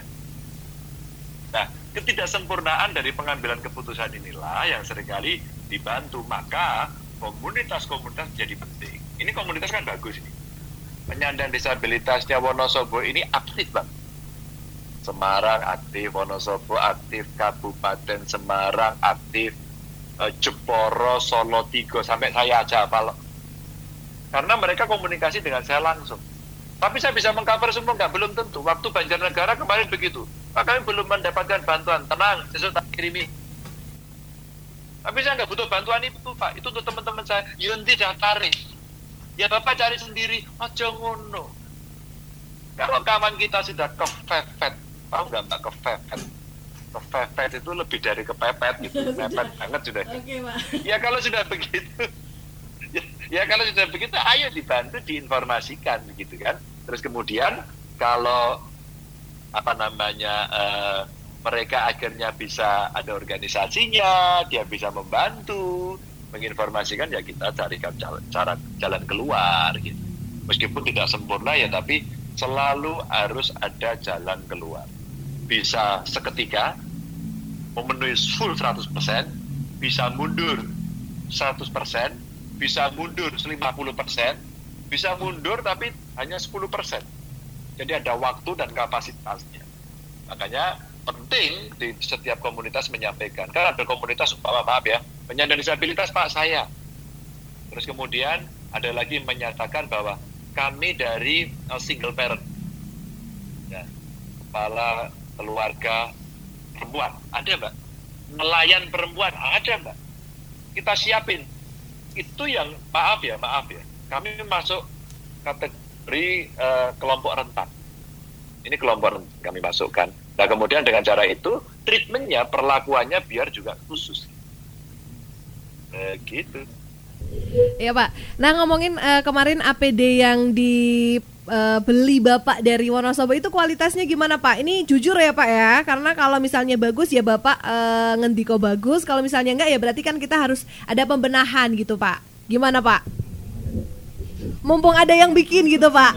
Nah, ketidaksempurnaan dari pengambilan keputusan inilah yang seringkali dibantu. Maka komunitas-komunitas jadi penting. Ini komunitas kan bagus ini. Penyandang disabilitasnya Wonosobo ini aktif Bang. Semarang aktif, Wonosobo aktif, Kabupaten Semarang aktif, Jeporo, Solo, Tigo, sampai saya aja hafal. Karena mereka komunikasi dengan saya langsung. Tapi saya bisa mengcover semua, belum tentu. Waktu Banjarnegara kemarin begitu. Pak, kami belum mendapatkan bantuan. Tenang, sesuatu tak kirimi. Tapi saya nggak butuh bantuan itu, Pak. Itu untuk teman-teman saya. Yunti daftarin. Ya Bapak cari sendiri. Aja ngono. Kalau kawan kita sudah kepepet, tahu nggak Mbak kepepet? Kepepet itu lebih dari kepepet gitu. Kepepet banget sudah. Oke, Pak. Ya kalau sudah begitu. Ya kalau sudah begitu, ayo dibantu, diinformasikan begitu kan. Terus kemudian kalau mereka akhirnya bisa ada organisasinya, dia bisa membantu, menginformasikan, ya kita carikan jalan keluar gitu. Meskipun tidak sempurna ya, tapi selalu harus ada jalan keluar. Bisa seketika memenuhi full 100%, bisa mundur 100%, bisa mundur 50%, bisa mundur tapi hanya 10%. Jadi ada waktu dan kapasitasnya. Makanya penting di setiap komunitas menyampaikan. Kan ada komunitas, maaf ya, penyandang disabilitas Pak saya. Terus kemudian ada lagi menyatakan bahwa kami dari single parent. Ya, kepala keluarga perempuan, ada Mbak. Nelayan perempuan, ada Mbak. Kita siapin. Itu yang maaf ya, kami masuk kategori kelompok rentan. Ini kelompok rentan kami masukkan. Nah kemudian dengan cara itu treatmentnya, perlakuannya biar juga khusus. Gitu. Iya Pak. Nah ngomongin kemarin APD yang dibeli Bapak dari Wonosobo itu kualitasnya gimana Pak? Ini jujur ya Pak ya, karena kalau misalnya bagus ya Bapak ngendiko bagus, kalau misalnya enggak ya berarti kan kita harus ada pembenahan gitu Pak. Gimana Pak? Mumpung ada yang bikin gitu Pak.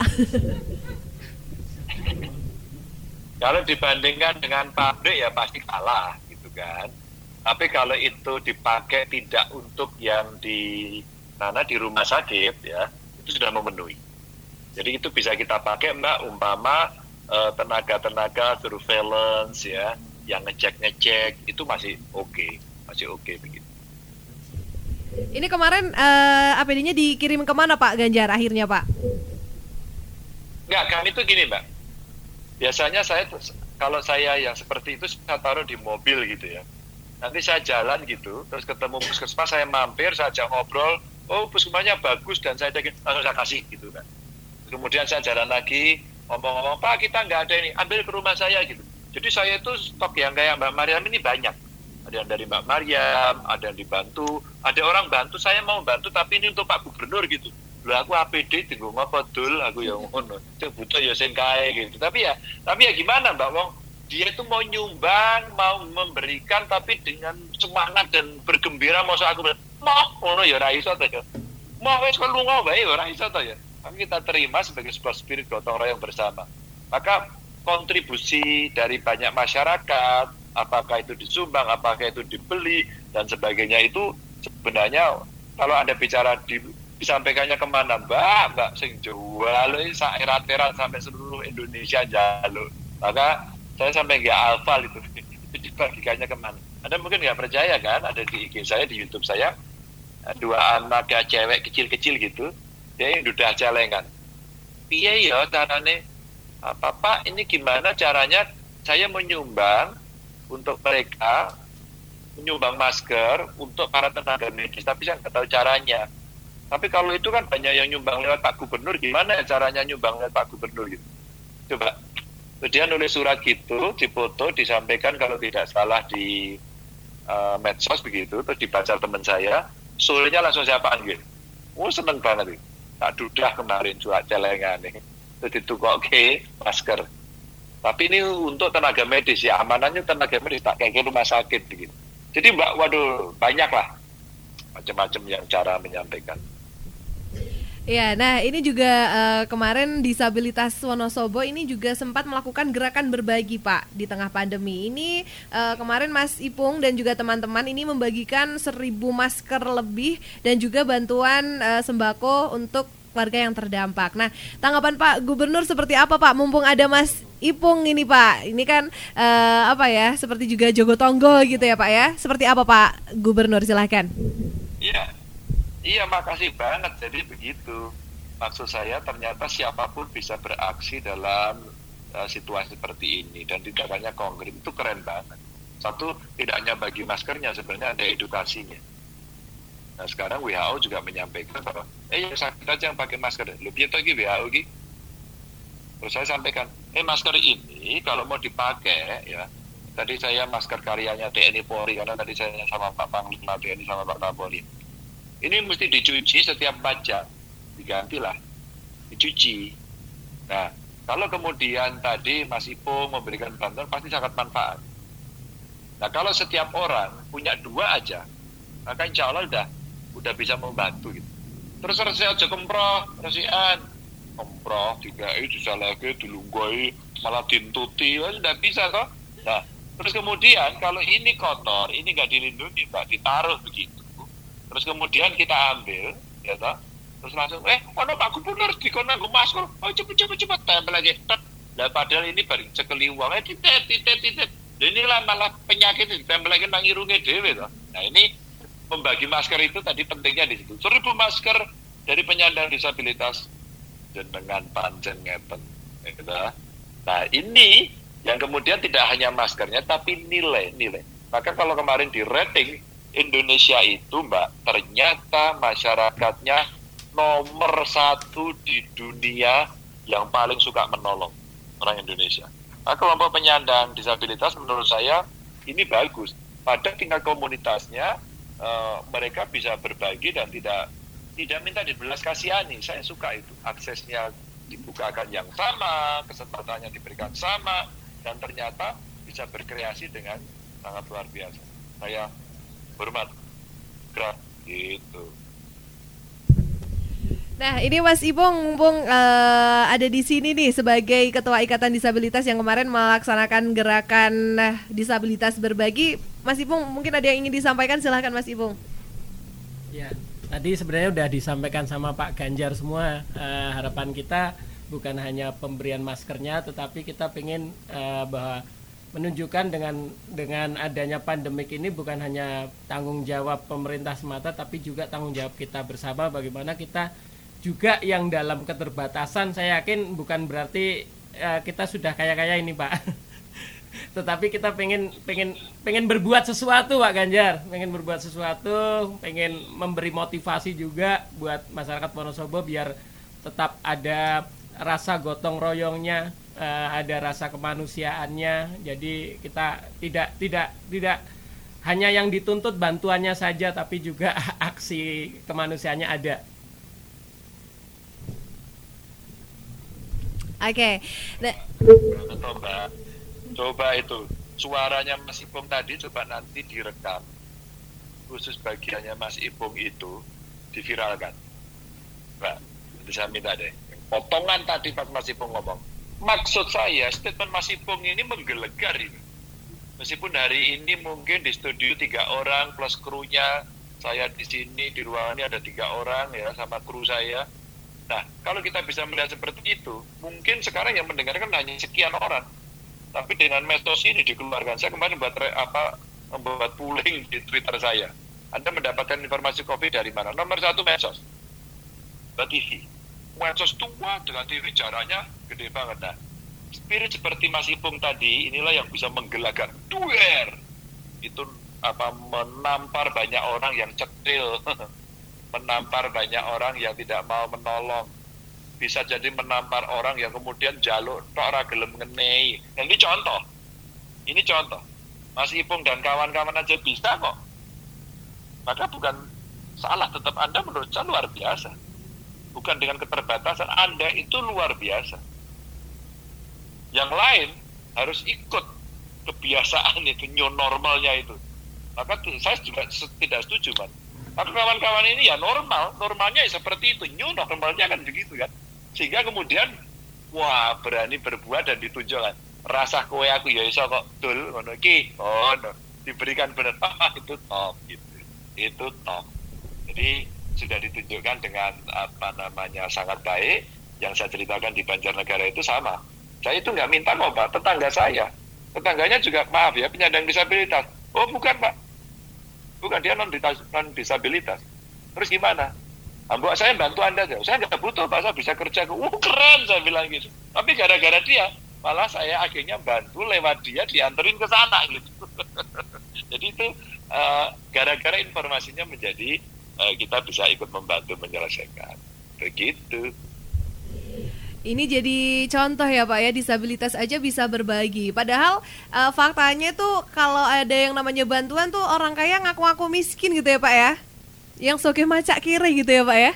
Kalau dibandingkan dengan pabrik ya pasti kalah gitu kan. Tapi kalau itu dipakai tidak untuk yang di rumah sakit ya, itu sudah memenuhi. Jadi itu bisa kita pakai Mbak, umpama tenaga-tenaga surveillance ya, yang ngecek itu masih oke begitu. Ini kemarin APD-nya dikirim kemana Pak Ganjar akhirnya Pak? Enggak, kami itu gini Mbak. Biasanya kalau saya yang seperti itu saya taruh di mobil gitu ya. Nanti saya jalan gitu, terus ketemu puskesmas, saya mampir, saya ajak ngobrol, oh puskesmasnya bagus dan saya langsung saya kasih gitu kan. Kemudian saya jalan lagi, ngomong-ngomong, Pak kita nggak ada ini, ambil ke rumah saya gitu. Jadi saya itu stok yang kayak Mbak Mariam ini banyak. Ada yang dari Mbak Mariam, ada yang dibantu, ada orang bantu, saya mau bantu tapi ini untuk Pak Gubernur gitu. Loh aku APD tinggal ngapa dul, aku yang ngono. Butuh ya sing kae gitu. Tapi ya gimana Mbak Wong? Dia itu mau nyumbang, mau memberikan tapi dengan semangat dan bergembira masa aku mau ngono ya ora iso to ya. Mau wis lunga wae ora iso to ya. Tapi kita terima sebagai sebuah spirit gotong royong bersama. Maka kontribusi dari banyak masyarakat, apakah itu disumbang, apakah itu dibeli dan sebagainya itu sebenarnya kalau Anda bicara disampaikannya kemana Mbak sing jual sak erat-erat sampai seluruh Indonesia jalur. Maka saya sampai nggak hafal itu dibagikannya kemana. Anda mungkin nggak percaya kan, ada di IG saya, di YouTube saya, 2 anak cewek kecil-kecil gitu, dia yang udah celengan. Piye ya carane? Pak, ini gimana caranya saya menyumbang untuk mereka, menyumbang masker untuk para tenaga medis, tapi saya nggak tahu caranya. Tapi kalau itu kan banyak yang nyumbang lewat Pak Gubernur, gimana ya caranya nyumbang lewat Pak Gubernur gitu. Coba. Dia nulis surat gitu, difoto, disampaikan kalau tidak salah di medsos begitu, terus dibaca teman saya, sorenya langsung saya panggil. Seneng banget. Tak dudah kemarin surat celengan nih. Terus ditukoke masker. Tapi ini untuk tenaga medis ya, amanannya tenaga medis, tak kayak rumah sakit begitu. Jadi Mbak, waduh, banyak lah macam-macam yang cara menyampaikan. Ya, nah ini juga kemarin Disabilitas Wonosobo ini juga sempat melakukan gerakan berbagi Pak di tengah pandemi. Ini kemarin Mas Ipung dan juga teman-teman ini membagikan 1.000 masker lebih dan juga bantuan sembako untuk warga yang terdampak. Nah, tanggapan Pak Gubernur seperti apa Pak? Mumpung ada Mas Ipung ini Pak, ini kan seperti juga Jogotongo gitu ya Pak ya. Seperti apa Pak Gubernur, silahkan. Iya, makasih banget. Jadi begitu. Maksud saya ternyata siapapun bisa beraksi dalam situasi seperti ini dan tidak hanya konkret. Itu keren banget. Satu, tidak hanya bagi maskernya, sebenarnya ada edukasinya. Nah sekarang WHO juga menyampaikan bahwa ya sakit aja yang pakai masker. Lebih lagi WHO gitu. Terus saya sampaikan, masker ini kalau mau dipakai ya, tadi saya masker karyanya TNI Polri, karena tadi saya sama Pak Panglima TNI sama Pak Kapolri. Ini mesti dicuci setiap 4 jam, digantilah, dicuci. Nah, kalau kemudian tadi Mas Ipung memberikan bantuan pasti sangat manfaat. Nah, kalau setiap orang punya 2 aja, maka insya Allah udah bisa membantu gitu. Terus saya aja kemproh, resian, kemproh, dikai, disalahke, dilunggoi, malah dintuti, tidak bisa toh. Nah, terus kemudian kalau ini kotor, ini nggak dilindungi, Mbak, ditaruh begitu. Terus kemudian kita ambil, ya toh. Terus langsung, ono Pak Gubernur dikon nganggo masker. Oh cepet tempel lagi. Lah padahal ini baru cekeli wong, titit. Dan inilah malah penyakit ditempel lagi nang irunge dhewe toh. Nah, ini membagi masker itu tadi pentingnya di situ. 1.000 masker dari penyandang disabilitas jenengan panjang ngeten. Gitu. Nah, ini yang kemudian tidak hanya maskernya tapi nilai. Maka kalau kemarin di rating Indonesia itu Mbak, ternyata masyarakatnya nomor 1 di dunia yang paling suka menolong orang Indonesia. Nah, kelompok penyandang disabilitas menurut saya ini bagus. Pada tingkat komunitasnya mereka bisa berbagi dan tidak minta dibelas kasihani. Saya suka itu. Aksesnya dibukakan yang sama, kesempatannya diberikan sama, dan ternyata bisa berkreasi dengan sangat luar biasa. Saya hormat, gerak gitu. Nah, ini Mas Ipung mumpung ada di sini nih sebagai Ketua Ikatan Disabilitas yang kemarin melaksanakan gerakan disabilitas berbagi. Mas Ipung mungkin ada yang ingin disampaikan, silahkan Mas Ipung. Ya, tadi sebenarnya udah disampaikan sama Pak Ganjar semua. Harapan kita bukan hanya pemberian maskernya, tetapi kita pengen bahwa menunjukkan dengan adanya pandemik ini bukan hanya tanggung jawab pemerintah semata, tapi juga tanggung jawab kita bersama bagaimana kita juga yang dalam keterbatasan. Saya yakin bukan berarti kita sudah kaya-kaya ini, Pak. Tetapi kita pengen berbuat sesuatu, Pak Ganjar, pengen berbuat sesuatu, pengen memberi motivasi juga buat masyarakat Wonosobo biar tetap ada rasa gotong royongnya, ada rasa kemanusiaannya. Jadi kita tidak hanya yang dituntut bantuannya saja, tapi juga aksi kemanusiaannya ada. Oke. Nah, Mbak, coba itu suaranya Mas Ipung tadi coba nanti direkam, khusus bagiannya Mas Ipung itu diviralkan, Mbak. Bisa minta deh potongan tadi pas Mas Ipung ngomong. Maksud saya statement Mas Ipung ini menggelegar ini. Meskipun hari ini mungkin di studio 3 orang plus krunya, saya di sini di ruangan ini ada 3 orang ya sama kru saya. Nah, kalau kita bisa melihat seperti itu, mungkin sekarang yang mendengarkan hanya sekian orang. Tapi dengan medsos ini dikeluarkan, saya kemarin membuat polling di Twitter saya. Anda mendapatkan informasi COVID dari mana? Nomor 1 medsos, TV. Medsos tua dengan TV jaraknya gede banget. Nah, spirit seperti Mas Ipung tadi, inilah yang bisa menggelagar. Itu menampar banyak orang yang cetil. Menampar banyak orang yang tidak mau menolong, bisa jadi menampar orang yang kemudian jaluk tok ora gelem ngenei. Ini contoh Mas Ipung dan kawan-kawan aja bisa kok, maka bukan salah, tetap Anda menurut saya luar biasa. Bukan dengan keterbatasan Anda itu luar biasa. Yang lain harus ikut kebiasaan itu, new normalnya itu. Maka saya juga tidak setuju, man. Maka kawan-kawan ini ya normalnya ya seperti itu, new normalnya kan begitu kan, sehingga kemudian wah berani berbuat dan ditunjukkan rasa kowe aku ya iso kok dul ngono iki, diberikan benar, itu top gitu, itu top. Jadi sudah ditunjukkan dengan sangat baik. Yang saya ceritakan di Banjarnegara itu sama, saya itu nggak minta kok Pak, tetangganya juga maaf ya penyandang disabilitas. Oh bukan Pak, bukan, dia non disabilitas. Terus gimana? Mbak saya bantu Anda aja. Saya nggak butuh Pak, saya bisa kerja. Keren saya bilang gitu. Tapi gara-gara dia, malah saya akhirnya bantu lewat dia dianterin ke sana gitu. Jadi itu gara-gara informasinya menjadi kita bisa ikut membantu menyelesaikan. Begitu. Ini jadi contoh ya Pak ya, disabilitas aja bisa berbagi. Padahal faktanya tuh kalau ada yang namanya bantuan tuh orang kaya ngaku-ngaku miskin gitu ya Pak ya, yang soge macak kiri gitu ya Pak ya.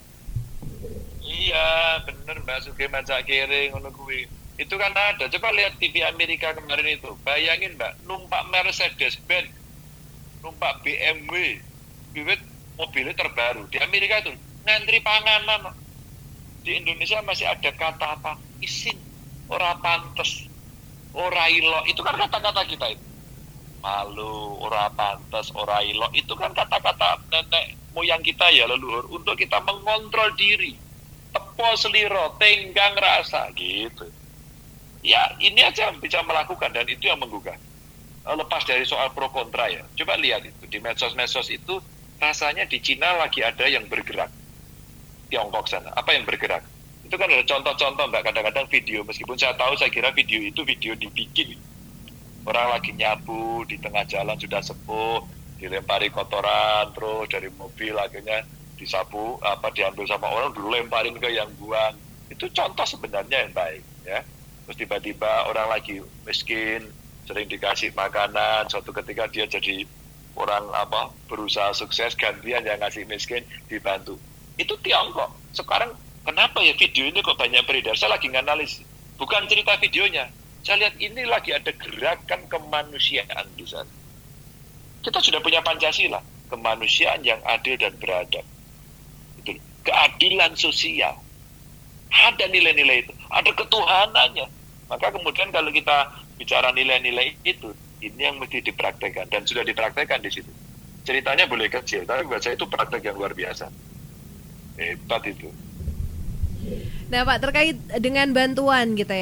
Iya bener Mbak, soge macak kiri ngono kuwi. Itu kan ada, coba lihat TV Amerika kemarin itu. Bayangin Mbak, numpak Mercedes-Benz, numpak BMW, mobilnya terbaru. Di Amerika itu ngantri panganan. Di Indonesia masih ada kata apa? Isin, ora pantes, ora ilo. Itu kan kata-kata kita itu. Malu, ora pantes, ora ilo. Itu kan kata-kata nenek moyang kita ya leluhur untuk kita mengontrol diri. Tepo seliro, tenggang rasa gitu. Ya ini aja yang bisa melakukan dan itu yang menggugah. Lepas dari soal pro kontra ya. Coba lihat itu di medsos-medsos itu rasanya di Cina lagi ada yang bergerak. Tiongkok sana, apa yang bergerak? Itu kan ada contoh-contoh Mbak, kadang-kadang video, meskipun saya kira video itu video dibikin. Orang lagi nyabu di tengah jalan sudah sepuh, dilempari kotoran terus dari mobil akhirnya disapu diambil sama orang dilemparin ke yang buang. Itu contoh sebenarnya yang baik ya. Terus tiba-tiba orang lagi miskin, sering dikasih makanan, suatu ketika dia jadi orang berusaha sukses, gantian yang ngasih miskin dibantu. Itu Tiongkok. Sekarang kenapa ya video ini kok banyak beredar? Saya lagi nganalisis. Bukan cerita videonya. Saya lihat ini lagi ada gerakan kemanusiaan di sana. Kita sudah punya Pancasila, kemanusiaan yang adil dan beradab. Itu keadilan sosial. Ada nilai-nilai itu, ada ketuhanannya. Maka kemudian kalau kita bicara nilai-nilai itu, ini yang mesti dipraktekkan dan sudah dipraktekkan di situ. Ceritanya boleh kecil, tapi buat saya itu praktek yang luar biasa. Hebat itu. Nah Pak, terkait dengan bantuan gitu ya,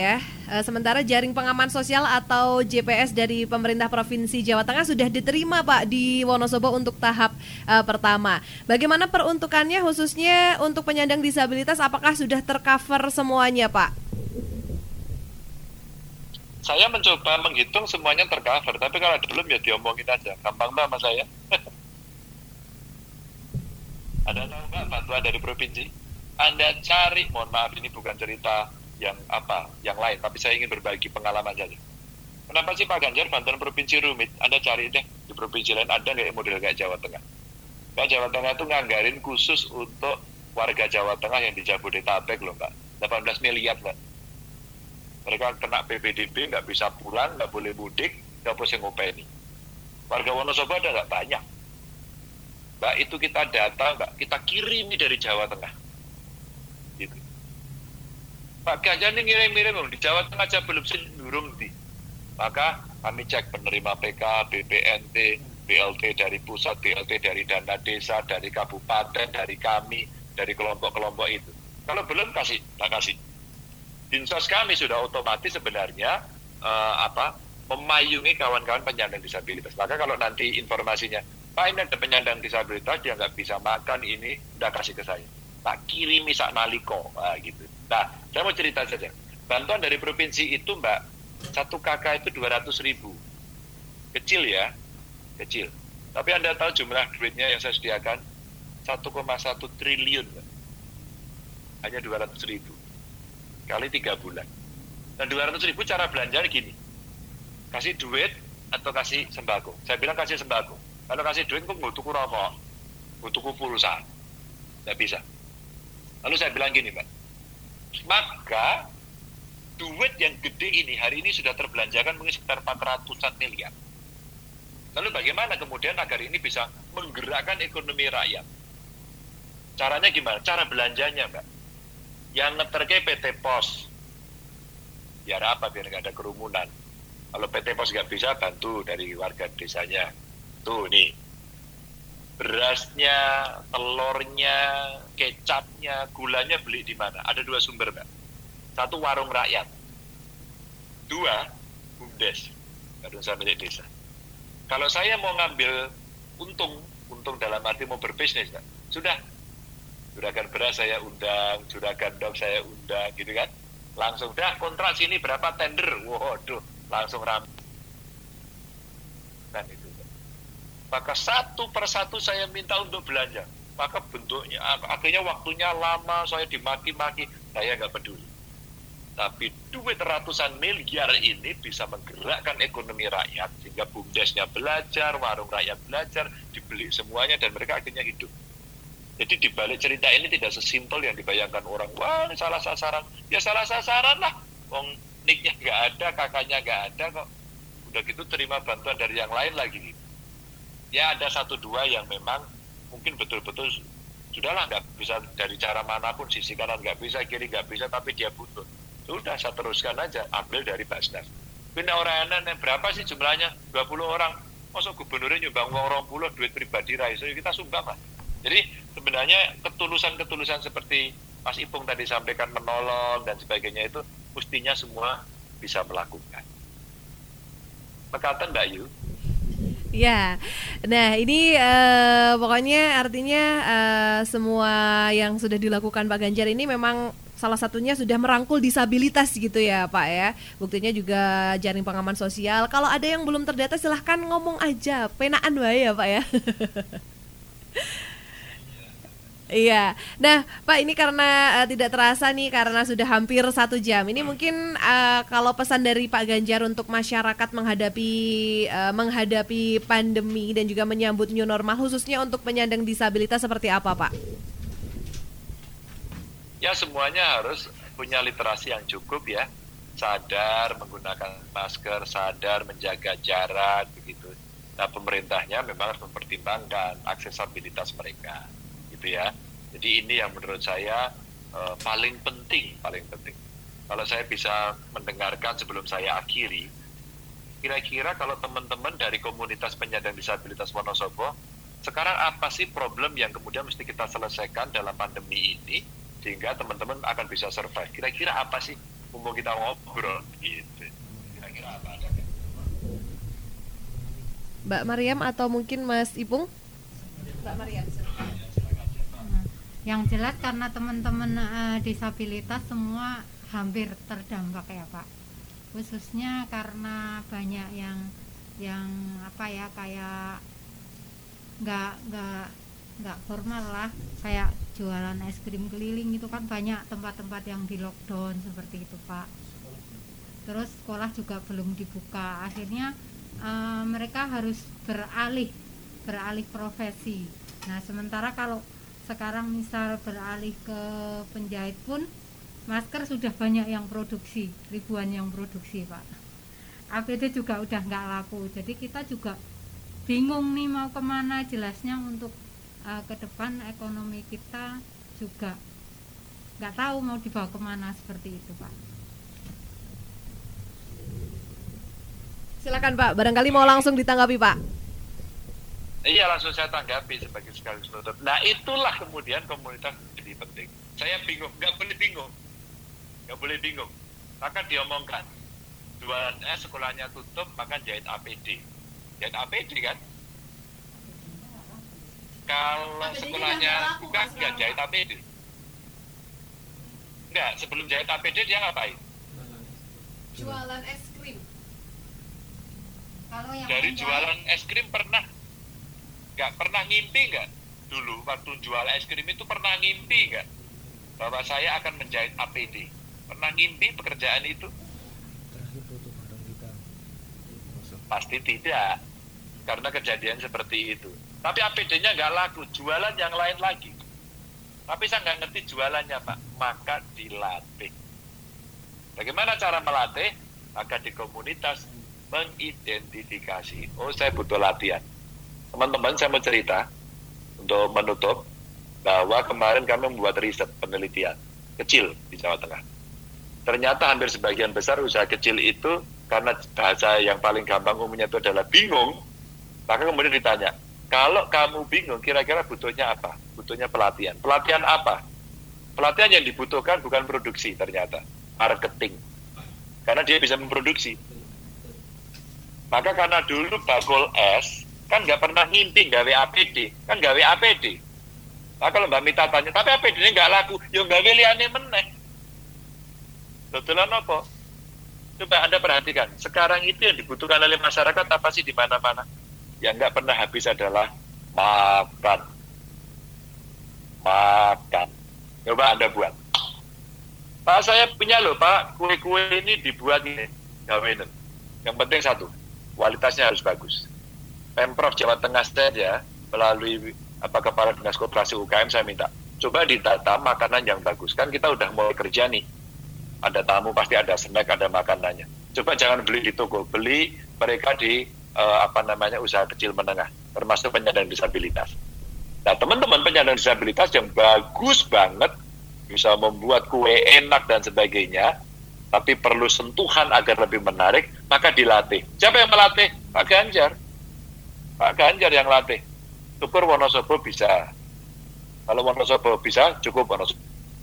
Sementara jaring pengaman sosial atau JPS dari pemerintah Provinsi Jawa Tengah sudah diterima Pak di Wonosobo untuk tahap pertama. Bagaimana peruntukannya khususnya untuk penyandang disabilitas, apakah sudah tercover semuanya Pak? Saya mencoba menghitung semuanya tercover, tapi kalau belum ya diomongin aja. Gampang Mbak sama saya. Ada tahu Mbak bantuan dari provinsi? Anda cari, mohon maaf ini bukan cerita yang lain, tapi saya ingin berbagi pengalaman saja. Kenapa sih Pak Ganjar bantuan provinsi rumit? Anda cari deh di provinsi lain ada nggak model kayak Jawa Tengah? Nah, Jawa Tengah itu nganggarin khusus untuk warga Jawa Tengah yang di Jabodetabek loh Mbak, 18 miliar Mbak. Mereka kena PPDB, nggak bisa pulang, nggak boleh mudik, nggak boleh ngopeni. Warga Wonosobo ada nggak banyak? Mbak, itu kita data Mbak, kita kirimi dari Jawa Tengah. Gitu. Pak Ganjar ini ngirim-ngirim di Jawa Tengah aja belum sendurung di. Maka kami cek penerima PK, BPNT, BLT dari pusat, BLT dari dana desa, dari kabupaten, dari kami, dari kelompok-kelompok itu. Kalau belum tak kasih. Dinsos kami sudah otomatis sebenarnya memayungi kawan-kawan penyandang disabilitas. Maka kalau nanti informasinya, Pak ini ada penyandang disabilitas dia nggak bisa makan, ini udah kasih ke saya. Tak kirimi sak naliko, gitu. Nah, saya mau cerita saja. Bantuan dari provinsi itu, Mbak, 1 KK itu 200.000. Kecil ya, kecil. Tapi Anda tahu jumlah duitnya yang saya sediakan 1,1 triliun, Mbak. Hanya 200.000 kali 3 bulan. Dan 200.000 cara belanjanya gini. Kasih duit atau kasih sembako. Saya bilang kasih sembako. Kalau kasih duit kok tuku rokok, tuku pulsa. Tidak bisa. Lalu saya bilang gini, Mbak. Maka duit yang gede ini hari ini sudah terbelanjakan mungkin sekitar 400-an miliar. Lalu bagaimana kemudian agar ini bisa menggerakkan ekonomi rakyat? Caranya gimana? Cara belanjanya, Mbak. Yang ngeterke PT Pos. Biar apa? Biar nggak ada kerumunan. Kalau PT Pos nggak bisa, bantu dari warga desanya. Tuh nih. Berasnya, telurnya, kecapnya, gulanya beli di mana? Ada 2 sumber, Mbak. 1 warung rakyat. 2 BUMDes, Badan Usaha Milik Desa. Kalau saya mau ngambil untung dalam arti mau berbisnis, Mbak. Sudah. Juragan beras saya undang, juragan dok saya undang, gitu kan? Langsung dah kontrak sini berapa tender? Waduh, langsung ramai. Dan itu. Maka 1 persatu saya minta untuk belanja. Maka bentuknya, akhirnya waktunya lama, saya dimaki-maki, saya nggak peduli. Tapi duit ratusan miliar ini bisa menggerakkan ekonomi rakyat, sehingga BUMDesnya belajar, warung rakyat belajar, dibeli semuanya, dan mereka akhirnya hidup. Jadi di balik cerita ini tidak sesimpel yang dibayangkan orang, wah ini salah sasaran. Ya salah sasaran lah, wong niknya nggak ada, kakaknya nggak ada kok. Udah gitu terima bantuan dari yang lain lagi gitu. Ya ada 1-2 yang memang mungkin betul-betul sudahlah nggak bisa dari cara manapun, sisi kanan nggak bisa, kiri nggak bisa, tapi dia butuh. Sudah saya teruskan aja, ambil dari Basnas. Pindah orang yang berapa sih jumlahnya? 20 orang. Masa gubernurnya nyumbang uang 20 duit pribadi raiso, kita sumbang lah. Jadi sebenarnya ketulusan-ketulusan seperti Mas Ipung tadi sampaikan, menolong dan sebagainya itu mestinya semua bisa melakukan. Mekatan Mbak Yu? Ya, nah ini pokoknya artinya semua yang sudah dilakukan Pak Ganjar ini memang salah satunya sudah merangkul disabilitas gitu ya Pak ya. Buktinya juga jaring pengaman sosial. Kalau ada yang belum terdata silahkan ngomong aja, penaan wae ya Pak ya. Iya, nah Pak ini karena tidak terasa nih karena sudah hampir 1 jam. Ini mungkin kalau pesan dari Pak Ganjar untuk masyarakat menghadapi pandemi dan juga menyambut new normal khususnya untuk penyandang disabilitas seperti apa Pak? Ya semuanya harus punya literasi yang cukup ya, sadar menggunakan masker, sadar menjaga jarak begitu. Nah pemerintahnya memang harus mempertimbangkan aksesibilitas mereka. Ya. Jadi ini yang menurut saya paling penting. Kalau saya bisa mendengarkan sebelum saya akhiri, kira-kira kalau teman-teman dari komunitas penyandang disabilitas Wonosobo, sekarang apa sih problem yang kemudian mesti kita selesaikan dalam pandemi ini sehingga teman-teman akan bisa survive? Kira-kira apa sih? mumpung kita ngobrol gitu. Kira-kira apa ada? Mbak Mariam atau mungkin Mas Ipung? Mbak Mariam. Yang jelas karena teman-teman disabilitas semua hampir terdampak ya Pak, khususnya karena banyak yang apa ya, kayak nggak formal lah, kayak jualan es krim keliling itu kan banyak tempat-tempat yang di lockdown seperti itu Pak. Terus sekolah juga belum dibuka, akhirnya mereka harus beralih profesi. Nah sementara kalau sekarang misal beralih ke penjahit pun masker sudah banyak yang produksi, ribuan yang produksi Pak. APD juga udah nggak laku, jadi kita juga bingung nih mau kemana. Jelasnya untuk ke depan ekonomi kita juga nggak tahu mau dibawa kemana, seperti itu Pak. Silakan Pak, barangkali mau langsung ditanggapi Pak. Iya, langsung saya tanggapi sebagai sekaligus penutup. Nah itulah kemudian komunitas jadi penting. Saya bingung, nggak boleh bingung. Maka diomongkan, jualan sekolahnya tutup, maka jahit APD. Jahit APD kan? Kalau sekolahnya buka, nggak jahit APD. Enggak, sebelum jahit APD dia ngapain? Jualan es krim. Kalau yang Dari jualan es krim nggak pernah ngimpi nggak? Dulu waktu jual es krim itu pernah ngimpi nggak bahwa saya akan menjahit APD? Pernah ngimpi pekerjaan itu? Pasti tidak, karena kejadian seperti itu. Tapi APD-nya nggak laku, jualan yang lain lagi. Tapi saya nggak ngerti jualannya Pak, maka dilatih. Bagaimana cara melatih? Maka di komunitas mengidentifikasi. Oh, saya butuh latihan. Teman-teman, saya mau cerita untuk menutup bahwa kemarin kami membuat riset penelitian kecil di Jawa Tengah. Ternyata hampir sebagian besar usaha kecil itu, karena bahasa yang paling gampang umumnya itu adalah bingung, maka kemudian ditanya, kalau kamu bingung kira-kira butuhnya apa? Butuhnya pelatihan. Pelatihan apa? Pelatihan yang dibutuhkan bukan produksi ternyata, marketing. Karena dia bisa memproduksi. Maka karena dulu bakul es kan nggak pernah ngimpi gawe APD, kan gawe APD. Nah kalau Mbak Mita tanya, tapi APD-nya nggak laku, ya gawe liane meneh. Betulan apa? Coba Anda perhatikan, sekarang itu yang dibutuhkan oleh masyarakat apa sih di mana-mana? Yang nggak pernah habis adalah makan. Coba Anda buat. Pak, saya punya loh Pak, kue-kue ini dibuat ini, gawein. Yang penting satu, kualitasnya harus bagus. Pemprov Jawa Tengah saja melalui Kepala Dinas Koperasi UKM saya minta, coba ditata makanan yang bagus. Kan kita udah mulai kerja nih. Ada tamu pasti ada snack, ada makanannya. Coba jangan beli di toko, beli mereka di usaha kecil menengah, termasuk penyandang disabilitas. Nah, teman-teman penyandang disabilitas yang bagus banget bisa membuat kue enak dan sebagainya, tapi perlu sentuhan agar lebih menarik, maka dilatih. Siapa yang melatih? Pak Ganjar yang latih. Syukur Wonosobo bisa. Kalau Wonosobo bisa, cukup Wonosobo.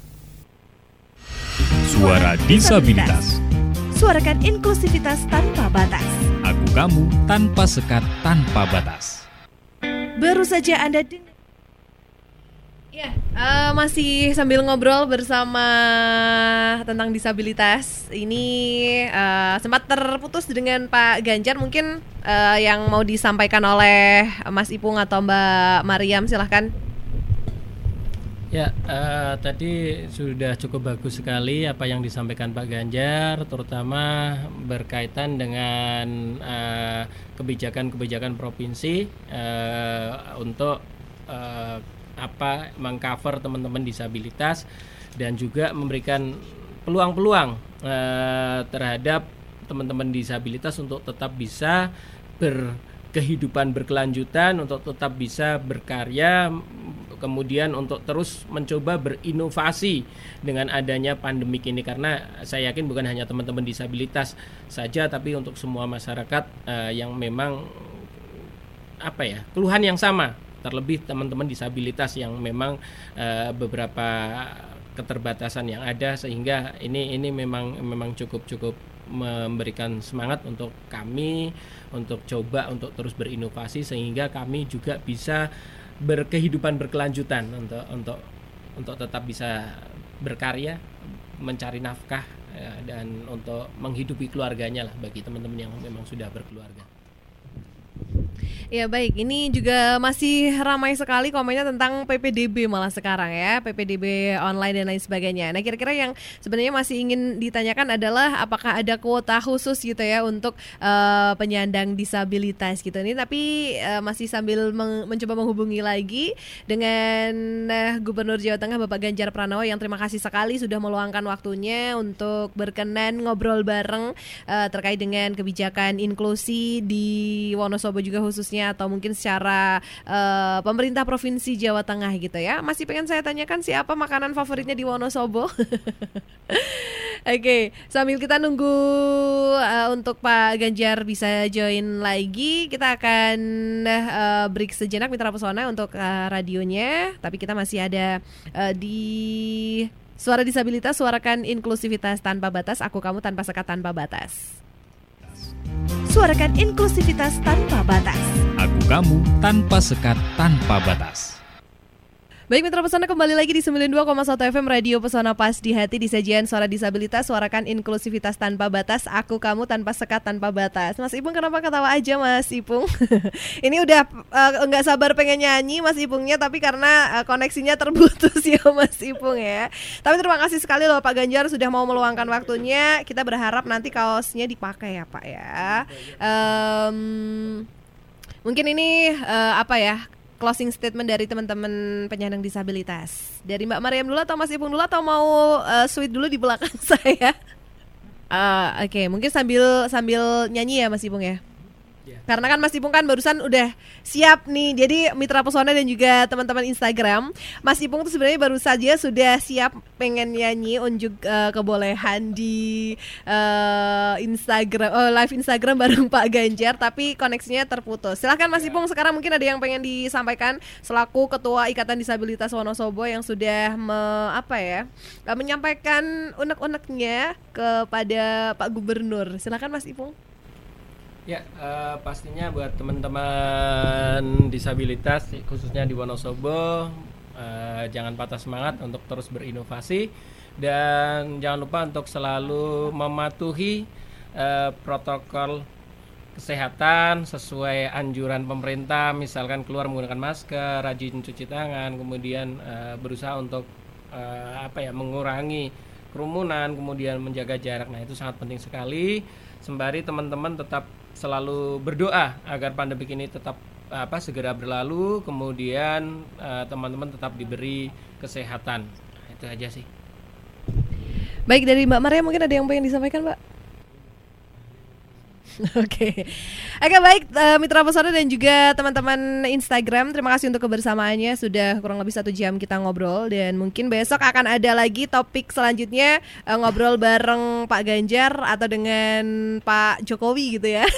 Suara Disabilitas. Suarakan inklusivitas tanpa batas. Aku kamu tanpa sekat, tanpa batas. Baru saja Anda dengar. Ya, masih sambil ngobrol bersama tentang disabilitas. Ini sempat terputus dengan Pak Ganjar. Mungkin yang mau disampaikan oleh Mas Ipung atau Mbak Mariam, silahkan. Ya, tadi sudah cukup bagus sekali apa yang disampaikan Pak Ganjar, terutama berkaitan dengan kebijakan-kebijakan provinsi untuk mengcover teman-teman disabilitas dan juga memberikan peluang-peluang terhadap teman-teman disabilitas untuk tetap bisa berkehidupan berkelanjutan, untuk tetap bisa berkarya, kemudian untuk terus mencoba berinovasi dengan adanya pandemik ini, karena saya yakin bukan hanya teman-teman disabilitas saja, tapi untuk semua masyarakat yang memang keluhan yang sama, terlebih teman-teman disabilitas yang memang beberapa keterbatasan yang ada, sehingga ini memang cukup memberikan semangat untuk kami untuk coba untuk terus berinovasi, sehingga kami juga bisa berkehidupan berkelanjutan untuk tetap bisa berkarya, mencari nafkah dan untuk menghidupi keluarganya lah bagi teman-teman yang memang sudah berkeluarga. Ya baik, ini juga masih ramai sekali komennya tentang PPDB malah sekarang ya, PPDB online dan lain sebagainya. Nah kira-kira yang sebenarnya masih ingin ditanyakan adalah apakah ada kuota khusus gitu ya untuk penyandang disabilitas gitu. Ini tapi masih sambil mencoba menghubungi lagi dengan Gubernur Jawa Tengah Bapak Ganjar Pranowo yang terima kasih sekali sudah meluangkan waktunya untuk berkenan ngobrol bareng terkait dengan kebijakan inklusi di Wonosobo juga khususnya, atau mungkin secara pemerintah Provinsi Jawa Tengah gitu ya. Masih pengen saya tanyakan siapa makanan favoritnya di Wonosobo. Oke, sambil kita nunggu untuk Pak Ganjar bisa join lagi, kita akan break sejenak Mitra Pesona untuk radionya. Tapi kita masih ada di Suara Disabilitas, suarakan inklusivitas tanpa batas, aku kamu tanpa sekat tanpa batas. Suarakan inklusivitas tanpa batas. Aku kamu tanpa sekat tanpa batas. Baik Mitra Pesona, kembali lagi di 92,1 FM Radio Pesona Pas di Hati di sajian Suara Disabilitas, suarakan inklusivitas tanpa batas, aku kamu tanpa sekat tanpa batas. Mas Ipung kenapa ketawa aja Mas Ipung? Ini udah nggak sabar pengen nyanyi Mas Ipungnya, tapi karena koneksinya terputus ya Mas Ipung ya. Tapi terima kasih sekali loh Pak Ganjar sudah mau meluangkan waktunya. Kita berharap nanti kaosnya dipakai ya Pak ya. Mungkin ini closing statement dari teman-teman penyandang disabilitas. Dari Mbak Mariam dulu atau Mas Ipung dulu, atau mau sweet dulu di belakang saya? Oke, mungkin sambil nyanyi ya Mas Ipung ya. Karena kan Mas Ipung kan barusan udah siap nih. Jadi Mitra Pesona dan juga teman-teman Instagram, Mas Ipung tuh sebenarnya baru saja sudah siap pengen nyanyi unjuk kebolehan di live Instagram bareng Pak Ganjar, tapi koneksinya terputus. Silahkan Mas Ipung, sekarang mungkin ada yang pengen disampaikan selaku Ketua Ikatan Disabilitas Wonosobo yang sudah menyampaikan unek-uneknya kepada Pak Gubernur. Silahkan Mas Ipung. Ya, pastinya buat teman-teman disabilitas khususnya di Wonosobo, jangan patah semangat untuk terus berinovasi, dan jangan lupa untuk selalu mematuhi protokol kesehatan sesuai anjuran pemerintah, misalkan keluar menggunakan masker, rajin cuci tangan, kemudian berusaha untuk mengurangi kerumunan, kemudian menjaga jarak. Nah, itu sangat penting sekali. Sembari teman-teman tetap selalu berdoa agar pandemi ini tetap segera berlalu, kemudian teman-teman tetap diberi kesehatan. Nah, itu aja sih. Baik, dari Mbak Maria mungkin ada yang pengen disampaikan, Mbak? Oke, baik Mitra Pesona dan juga teman-teman Instagram, terima kasih untuk kebersamaannya. Sudah kurang lebih 1 jam kita ngobrol, dan mungkin besok akan ada lagi topik selanjutnya, ngobrol bareng Pak Ganjar atau dengan Pak Jokowi gitu ya.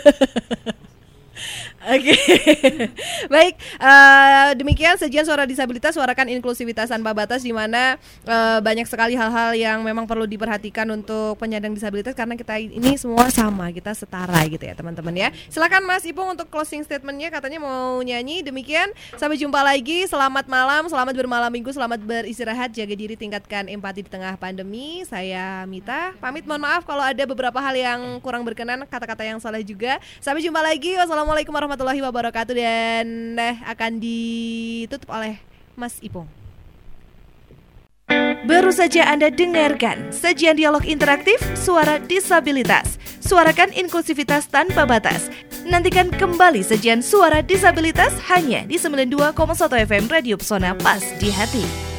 Oke. Baik, demikian sajian Suara Disabilitas, suarakan inklusivitas tanpa batas, di mana banyak sekali hal-hal yang memang perlu diperhatikan untuk penyandang disabilitas, karena kita ini semua sama, kita setara gitu ya teman-teman ya. Silakan Mas Ipung untuk closing statementnya, katanya mau nyanyi. Demikian, sampai jumpa lagi, selamat malam, selamat bermalam minggu, selamat beristirahat, jaga diri, tingkatkan empati di tengah pandemi. Saya Mita, pamit, mohon maaf kalau ada beberapa hal yang kurang berkenan, kata-kata yang salah juga. Sampai jumpa lagi, wassalamualaikum warahmatullahi wabarakatuh, dan akan ditutup oleh Mas Ipung. Baru saja Anda dengarkan sajian dialog interaktif Suara Disabilitas, suarakan inklusivitas tanpa batas. Nantikan kembali sajian Suara Disabilitas hanya di 92,1 FM Radio Pesona Pas di Hati.